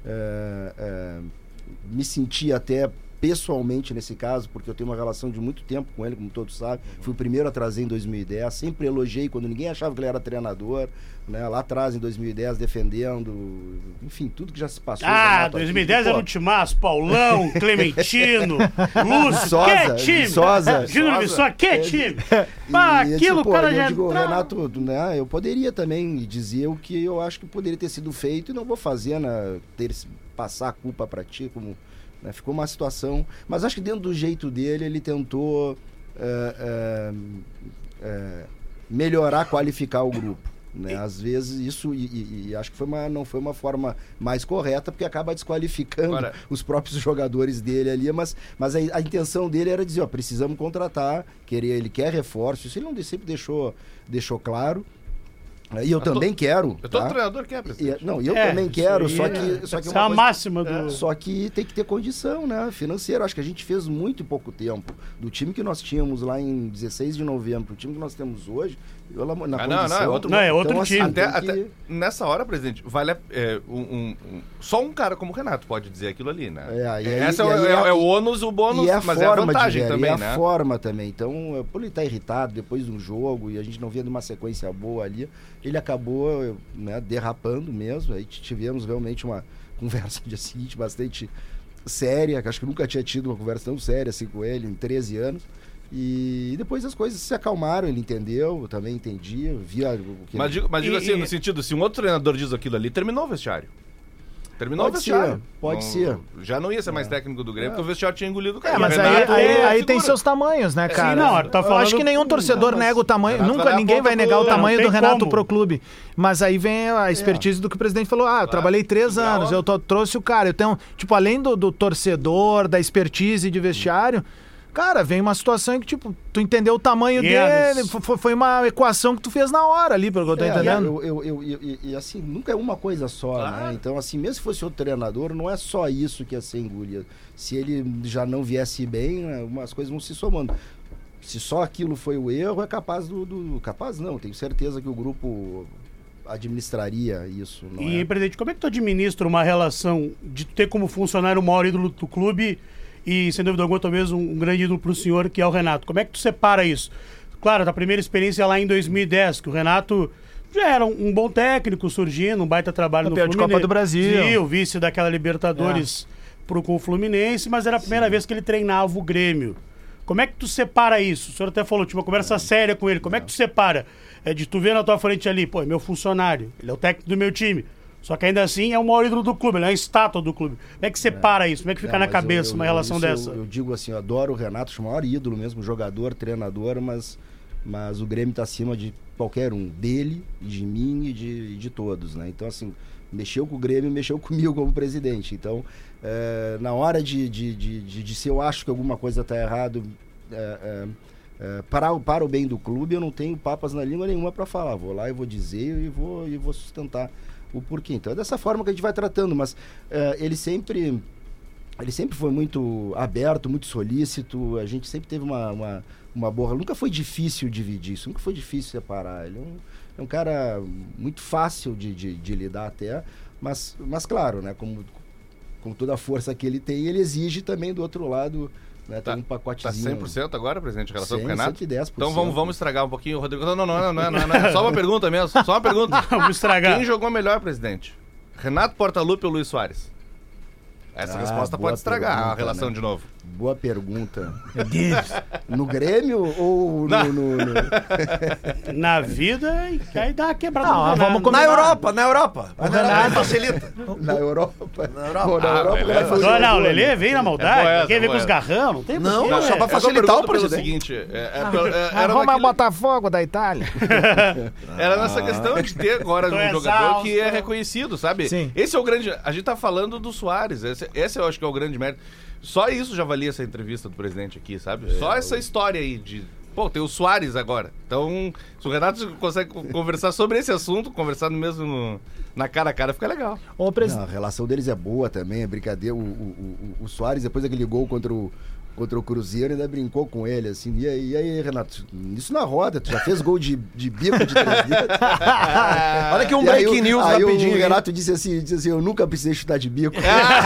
Me senti até pessoalmente nesse caso, porque eu tenho uma relação de muito tempo com ele, como todos sabem. Fui o primeiro a trazer em 2010, sempre elogiei quando ninguém achava que ele era treinador, né? Lá atrás em 2010 defendendo, enfim, tudo que já se passou. 2010 era um timaço, Paulão, Clementino, Lúcio, que time? Júnior Viçosa, que time? Aquilo o cara já entrava. Renato, né, eu poderia também dizer o que eu acho que poderia ter sido feito e não vou fazer, né, passar a culpa para ti, como... Né, ficou uma situação, mas acho que dentro do jeito dele ele tentou melhorar, qualificar o grupo, né? Às vezes isso e acho que não foi uma forma mais correta, porque acaba desqualificando os próprios jogadores dele ali, mas a intenção dele era dizer, precisamos contratar, ele quer reforço, isso ele não sempre deixou claro. E eu também quero. Todo treinador quer, presidente. Eu também quero, só que é a máxima do... Só que tem que ter condição, né? Financeira. Acho que a gente fez muito em pouco tempo. Do time que nós tínhamos lá em 16 de novembro, o time que nós temos hoje, é outro time. Até nessa hora, presidente, vale só um cara como o Renato pode dizer aquilo ali, né? Esse é o ônus, o bônus, mas é a vantagem também, né? E a forma também. Então, por ele estar irritado depois de um jogo e a gente não via de uma sequência boa ali, ele acabou, né, derrapando mesmo. Aí tivemos realmente uma conversa no dia seguinte bastante séria, que acho que nunca tinha tido uma conversa tão séria assim com ele em 13 anos. E depois as coisas se acalmaram, ele entendeu, eu também entendi, eu via o que... Mas digo assim, no sentido, se um outro treinador diz aquilo ali, terminou o vestiário. Terminou o vestiário. Pode ser. Já não ia ser mais técnico do Grêmio, porque o vestiário tinha engolido o cara. Mas aí tem seus tamanhos, né, cara? Sim, eu acho que nenhum torcedor nega o tamanho. Ninguém vai negar o tamanho do Renato pro clube. Mas aí vem a expertise do que o presidente falou. Eu trabalhei 3 anos, eu trouxe o cara. Eu tenho, além do torcedor, da expertise de vestiário, cara, vem uma situação em que, tu entendeu o tamanho dele, foi uma equação que tu fez na hora ali, pelo que eu tô entendendo. E assim, nunca é uma coisa só, né? Então, assim, mesmo se fosse outro treinador, não é só isso que ia ser engolido. Se ele já não viesse bem, né, umas coisas vão se somando. Se só aquilo foi o erro, é capaz capaz não, tenho certeza que o grupo administraria isso. E, presidente, como é que tu administra uma relação de ter como funcionário o maior ídolo do clube e, sem dúvida alguma, talvez um grande ídolo pro senhor, que é o Renato? Como é que tu separa isso? Claro, da primeira experiência lá em 2010, que o Renato já era um bom técnico, surgindo, um baita trabalho no Fluminense. De Copa do Brasil. O vice daquela Libertadores com o Fluminense, mas era a primeira vez que ele treinava o Grêmio. Como é que tu separa isso? O senhor até falou, tinha uma conversa séria com ele. Como é que tu separa? De tu ver na tua frente ali, é meu funcionário, ele é o técnico do meu time. Só que ainda assim é o maior ídolo do clube, ele é a estátua do clube. Como é que separa isso? Como é que fica na cabeça uma relação dessa? Eu digo assim, eu adoro o Renato, o maior ídolo mesmo, jogador, treinador, mas o Grêmio está acima de qualquer um, dele, de mim e de todos, né? Então, assim, mexeu com o Grêmio, mexeu comigo como presidente. Então, na hora de se eu acho que alguma coisa está errado, para o bem do clube, eu não tenho papas na língua nenhuma para falar. Vou lá e vou dizer e vou sustentar o porquê. Então é dessa forma que a gente vai tratando, mas ele sempre foi muito aberto, muito solícito, a gente sempre teve uma boa... Nunca foi difícil dividir isso, nunca foi difícil separar. Ele é um cara muito fácil de lidar até, mas claro, né, com toda a força que ele tem, ele exige também do outro lado, né, tem um pacotezinho. Tá 100% agora, presidente, em relação com o Renato? 110%. Então vamos estragar um pouquinho, Rodrigo. Não, é só uma pergunta mesmo, só uma pergunta. Vamos estragar. Quem jogou melhor, presidente? Renato Portaluppi ou Luis Soares? Essa resposta pode estragar a relação de novo. Boa pergunta. No Grêmio ou no... Na vida, aí dá uma quebrada. Não, no vamos Renato. começar. Na Europa. facilita. Na Europa. Na Europa vai fazer Não, o gol, né? Lelê vem na maldade. boa essa, Quer ver boa com os essa. garrão? Não tem Não, porquê. só pra Eu facilitar o pergunto pelo presidente. seguinte, A era Roma é naquele- Botafogo da Itália. Era nessa questão de ter agora Tô um jogador exausto. que é reconhecido, sabe? Sim. Esse é o grande... A gente tá falando do Soares, esse eu acho que é o grande mérito. Só isso já valia essa entrevista do presidente aqui, sabe? Só essa história aí de... Pô, tem o Soares agora. Então, se o Renato consegue conversar sobre esse assunto, conversar mesmo na cara a cara, fica legal. Ô, Não, presidente. a relação deles é boa também, é brincadeira. O Soares, depois daquele gol contra o Cruzeiro, ainda brincou com ele, assim. E aí, Renato, isso na roda, tu já fez gol de bico de 3 dedos. Olha aqui um E aí break news aí rapidinho. o hein? Renato disse assim, eu nunca precisei chutar de bico.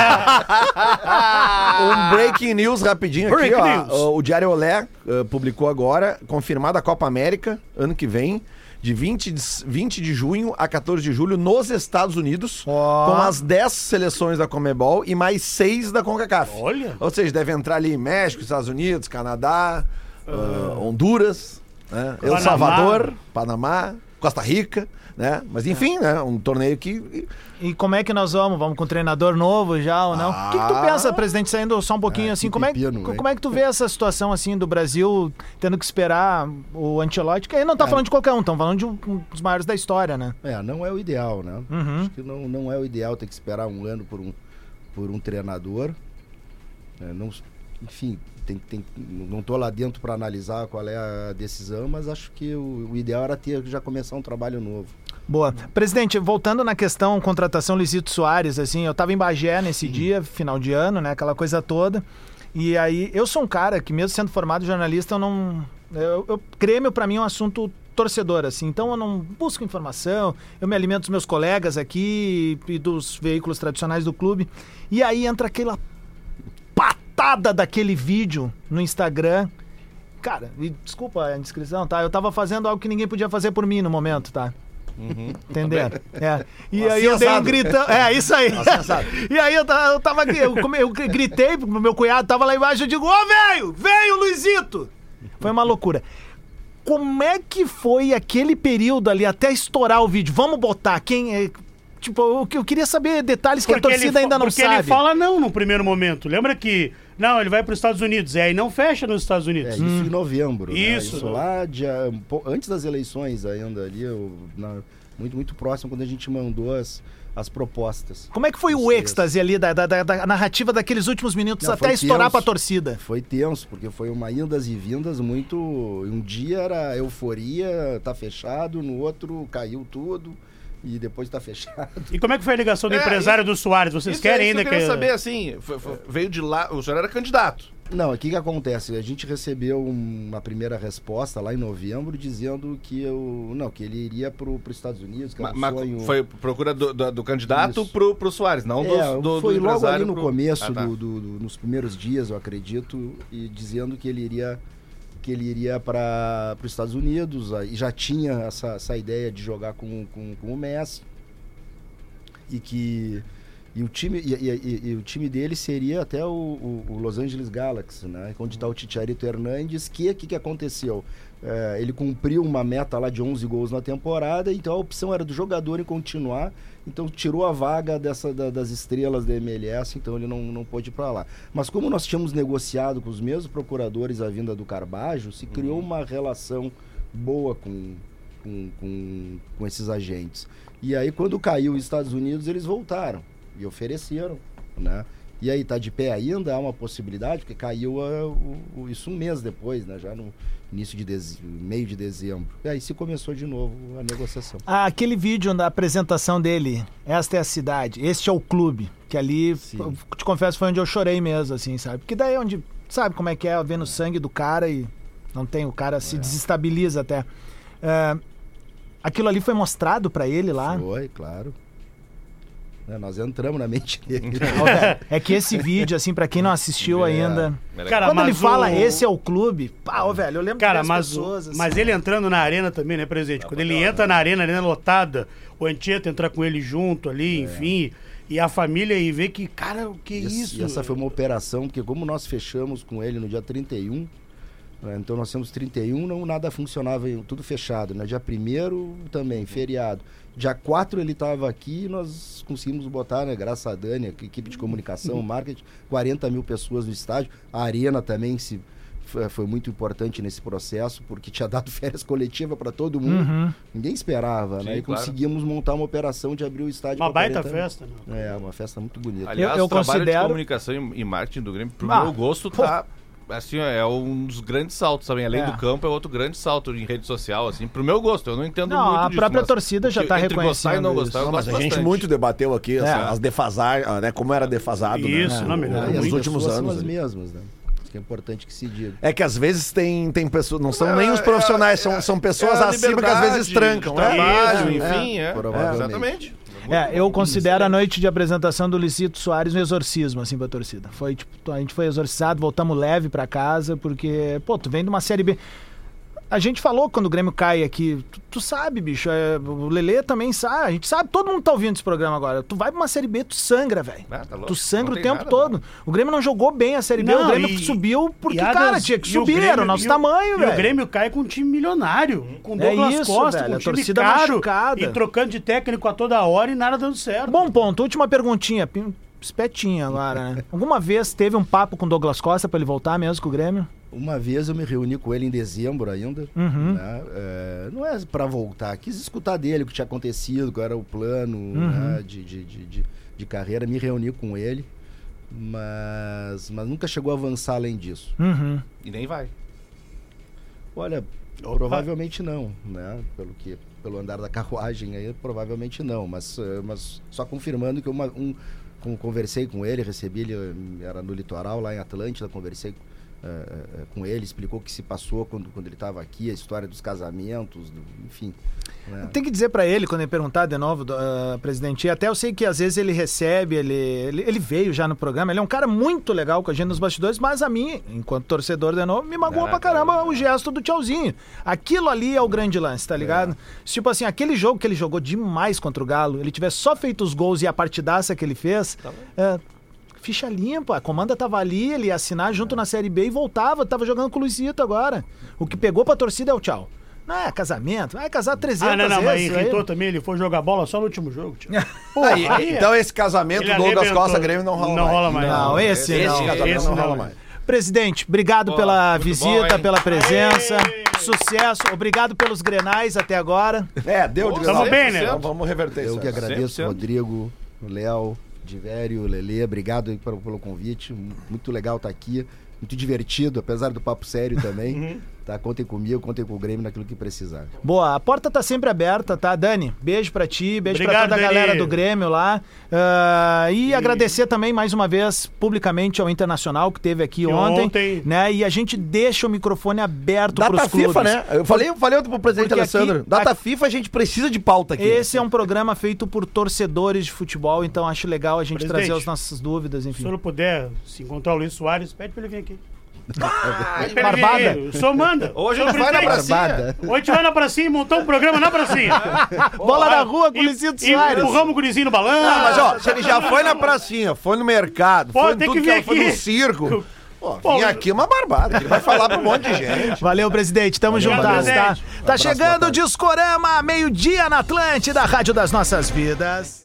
Um breaking news rapidinho aqui, Break ó. news. O Diário Olé publicou agora, confirmada a Copa América, ano que vem, de 20 de junho a 14 de julho, nos Estados Unidos, Ó. com as 10 seleções da Conmebol e mais 6 da CONCACAF. Olha. Ou seja, deve entrar ali México, Estados Unidos, Canadá, Honduras, né? El Panamá. Salvador, Panamá, Costa Rica, né? Mas enfim, né? Um torneio que... E como é que nós vamos? Vamos com um treinador novo já ou não? O que tu pensa, presidente, saindo só um pouquinho assim? que Como é, pepino, hein? como é que tu vê essa situação assim do Brasil tendo que esperar o Ancelotti? Que aí não tá falando de qualquer um, estão falando de um dos maiores da história, né? Não é o ideal, né? Uhum. Acho que não é o ideal ter que esperar um ano por um treinador. Enfim, não tô lá dentro para analisar qual é a decisão, mas acho que o ideal era já começar um trabalho novo. Boa. Presidente, voltando na questão contratação Luizito Soares, assim, eu tava em Bagé nesse dia, final de ano, né, aquela coisa toda, e aí eu sou um cara que mesmo sendo formado jornalista, Grêmio pra mim é um assunto torcedor, assim, então eu não busco informação, eu me alimento dos meus colegas aqui e dos veículos tradicionais do clube, e aí entra aquela patada daquele vídeo no Instagram. Cara, desculpa a indiscrição, tá? Eu tava fazendo algo que ninguém podia fazer por mim no momento, tá? Entenderam? É. E aí eu dei um gritão. É, isso aí. E aí eu tava aqui, eu gritei pro meu cunhado, tava lá embaixo, eu digo, ô veio Luizito! Foi uma loucura. Como é que foi aquele período ali até estourar o vídeo? Vamos botar quem é. Tipo, eu queria saber detalhes que a torcida ainda não sabe. Porque ele fala não no primeiro momento. Lembra que, não, ele vai para os Estados Unidos. Aí não fecha nos Estados Unidos. Isso em novembro. Isso. Né? Isso lá, antes das eleições ainda ali, muito, muito próximo, quando a gente mandou as propostas. Como é que foi o êxtase ali da narrativa daqueles últimos minutos Não, até foi estourar tenso. pra torcida? Foi tenso, porque foi uma indas e vindas muito... Um dia era euforia, tá fechado, no outro caiu tudo e depois tá fechado. E como é que foi a ligação do empresário do Soares? Vocês querem ainda eu queria saber, assim, veio de lá, o senhor era candidato. Não, o que acontece? A gente recebeu uma primeira resposta lá em novembro dizendo que que ele iria pro Estados Unidos, que era um sonho... Foi procura do candidato Isso. pro Soares, não do foi logo empresário ali no começo, tá. nos primeiros dias, eu acredito, e dizendo que ele iria para os Estados Unidos, e já tinha essa ideia de jogar com o Messi, e o time dele seria até o Los Angeles Galaxy, né? Onde está o Chicharito Hernández, que aconteceu? Ele cumpriu uma meta lá de 11 gols na temporada, então a opção era do jogador em continuar, então tirou a vaga das estrelas da MLS, então ele não pôde ir para lá. Mas como nós tínhamos negociado com os mesmos procuradores a vinda do Carbajo, se criou uma relação boa com esses agentes. E aí quando caiu os Estados Unidos, eles voltaram e ofereceram, né? E aí tá de pé ainda, há uma possibilidade, porque caiu isso um mês depois, né? Já no início meio de dezembro. E aí se começou de novo a negociação. Aquele vídeo da apresentação dele, esta é a cidade, este é o clube, que ali, eu te confesso, foi onde eu chorei mesmo, assim, sabe? Porque daí é onde, sabe como é que é, vendo o sangue do cara e não tem, o cara se desestabiliza até. Aquilo ali foi mostrado pra ele lá? Foi, claro. Nós entramos na mente dele. É que esse vídeo, assim, pra quem não assistiu ainda... Cara, quando ele mas fala, esse é o clube... Pá, velho, eu lembro Cara, das mas, pessoas... Assim. mas ele entrando na arena também, né, presidente? Quando ele entra na arena lotada, o Anchieta entra com ele junto ali, enfim... e a família e ver que, cara, o que é isso? E essa foi uma operação, porque como nós fechamos com ele no dia 31, né, então nós temos 31, não nada funcionava, tudo fechado, né? Dia 1º também, feriado. Dia 4 ele estava aqui e nós conseguimos botar, né, graças a Dani, a equipe de comunicação, marketing, 40 mil pessoas no estádio. A Arena também foi muito importante nesse processo, porque tinha dado férias coletivas para todo mundo. Ninguém esperava, né? E conseguimos montar uma operação de abrir o estádio. Uma baita festa, não? É, uma festa muito bonita. Aliás, eu o trabalho considero... de comunicação e marketing do Grêmio, pro meu gosto, tá... Assim, é um dos grandes saltos também. Além do campo, é outro grande salto em rede social, assim. Pro meu gosto, eu não entendo muito a disso, própria torcida já tá entre gostar e não reconhecendo gostar, eu Mas gosto a gente bastante. muito debateu aqui as defasagens, né? Como era defasado, Isso, né? não, melhor. E as Nos últimos pessoas anos. são as ali. mesmas, né? Isso que é importante que se diga. É que às vezes tem pessoas, não são nem os profissionais, são pessoas a acima que às vezes liberdade trancam. de trabalho, Isso, enfim, provavelmente. exatamente. Eu considero a noite de apresentação do Licito Soares um exorcismo, assim, pra torcida. Foi, tipo, a gente foi exorcizado, voltamos leve pra casa, porque, pô, tu vem de uma Série B... A gente falou quando o Grêmio cai aqui, tu sabe, bicho, o Lelê também sabe, a gente sabe, todo mundo tá ouvindo esse programa agora. Tu vai pra uma Série B, tu sangra, velho. Tá louco. Tu sangra Não o tem tempo nada, todo. não. O Grêmio não jogou bem a Série B, Não, o Grêmio e- subiu porque, e a cara, das- tinha que e o subir, Grêmio- era o nosso e tamanho, E velho. o Grêmio cai com um time milionário, com Douglas isso, Costa, velho, com a um time torcida caro, machucada. e trocando de técnico a toda hora e nada dando certo. Bom ponto, última perguntinha, espetinha agora, né? Alguma vez teve um papo com o Douglas Costa pra ele voltar mesmo com o Grêmio? Uma vez eu me reuni com ele em dezembro ainda, né? Não é pra voltar, quis escutar dele o que tinha acontecido, qual era o plano né? de carreira, me reuni com ele, mas nunca chegou a avançar além disso. E nem vai. Olha, provavelmente não, né? Pelo andar da carruagem aí, provavelmente não, mas só confirmando que conversei com ele, recebi ele, era no litoral lá em Atlântida, conversei com ele, explicou o que se passou quando ele estava aqui, a história dos casamentos, enfim. Né? Tem que dizer pra ele, quando ele perguntar de novo, presidente, e até eu sei que às vezes ele recebe, ele veio já no programa, ele é um cara muito legal com a gente nos bastidores, mas a mim, enquanto torcedor de novo, me magoou pra caramba o gesto do tchauzinho. Aquilo ali é o grande lance, tá ligado? Tipo assim, aquele jogo que ele jogou demais contra o Galo, ele tivesse só feito os gols e a partidaça que ele fez, ficha limpa, a comanda tava ali, ele ia assinar junto na Série B e voltava, tava jogando com o Luizito agora. O que pegou pra torcida é o tchau. Não é casamento, vai casar 300 não, mas vezes. irritou também, ele foi jogar bola só no último jogo, tio. Então esse casamento Ele do Douglas arrebentou. Costa Grêmio não rola mais. Não rola mais. Não, esse não. casamento não rola mais. Presidente, obrigado pela muito visita, bom, hein? pela presença. Sucesso, obrigado pelos grenais até agora. Deu de Tamo bem, né? Então vamos reverter isso. Eu que agradeço, 100%. Rodrigo, Léo, Divério, Lelê, obrigado aí pelo convite, muito legal estar aqui, muito divertido, apesar do papo sério também, tá? Contem comigo, contem com o Grêmio naquilo que precisar. Boa, a porta tá sempre aberta, tá? Dani, beijo pra ti, beijo Obrigado, pra toda a Dani. galera do Grêmio lá. E agradecer também mais uma vez publicamente ao Internacional que teve aqui ontem, né? E a gente deixa o microfone aberto pros Data clubes. FIFA, né? Eu falei pro presidente Porque Alessandro, aqui- data FIFA a gente precisa de pauta aqui. Esse é um programa feito por torcedores de futebol, então acho legal a gente Presidente, trazer as nossas dúvidas, Se o enfim. senhor puder se encontrar o Luiz Soares, pede pra ele vir aqui. Pede pra ele vir Barbada. aí. O senhor manda. Hoje Senhor ele vai na presidente. pracinha. Hoje a gente vai na pracinha e montou um programa na pracinha. Bola na rua com o Luizito E Soares. empurramos o gurizinho no balanço. Mas ó, se ele já foi na pracinha, foi no mercado, Pô, foi em tem tudo que que vir ela foi no aqui. circo. Pô, Pô, vim aqui uma barbada. Ele vai falar pra um monte de gente. Valeu, presidente. Tamo juntas, tá? presidente. Tá chegando o Discorama, meio-dia na Atlântida, Rádio das Nossas Vidas.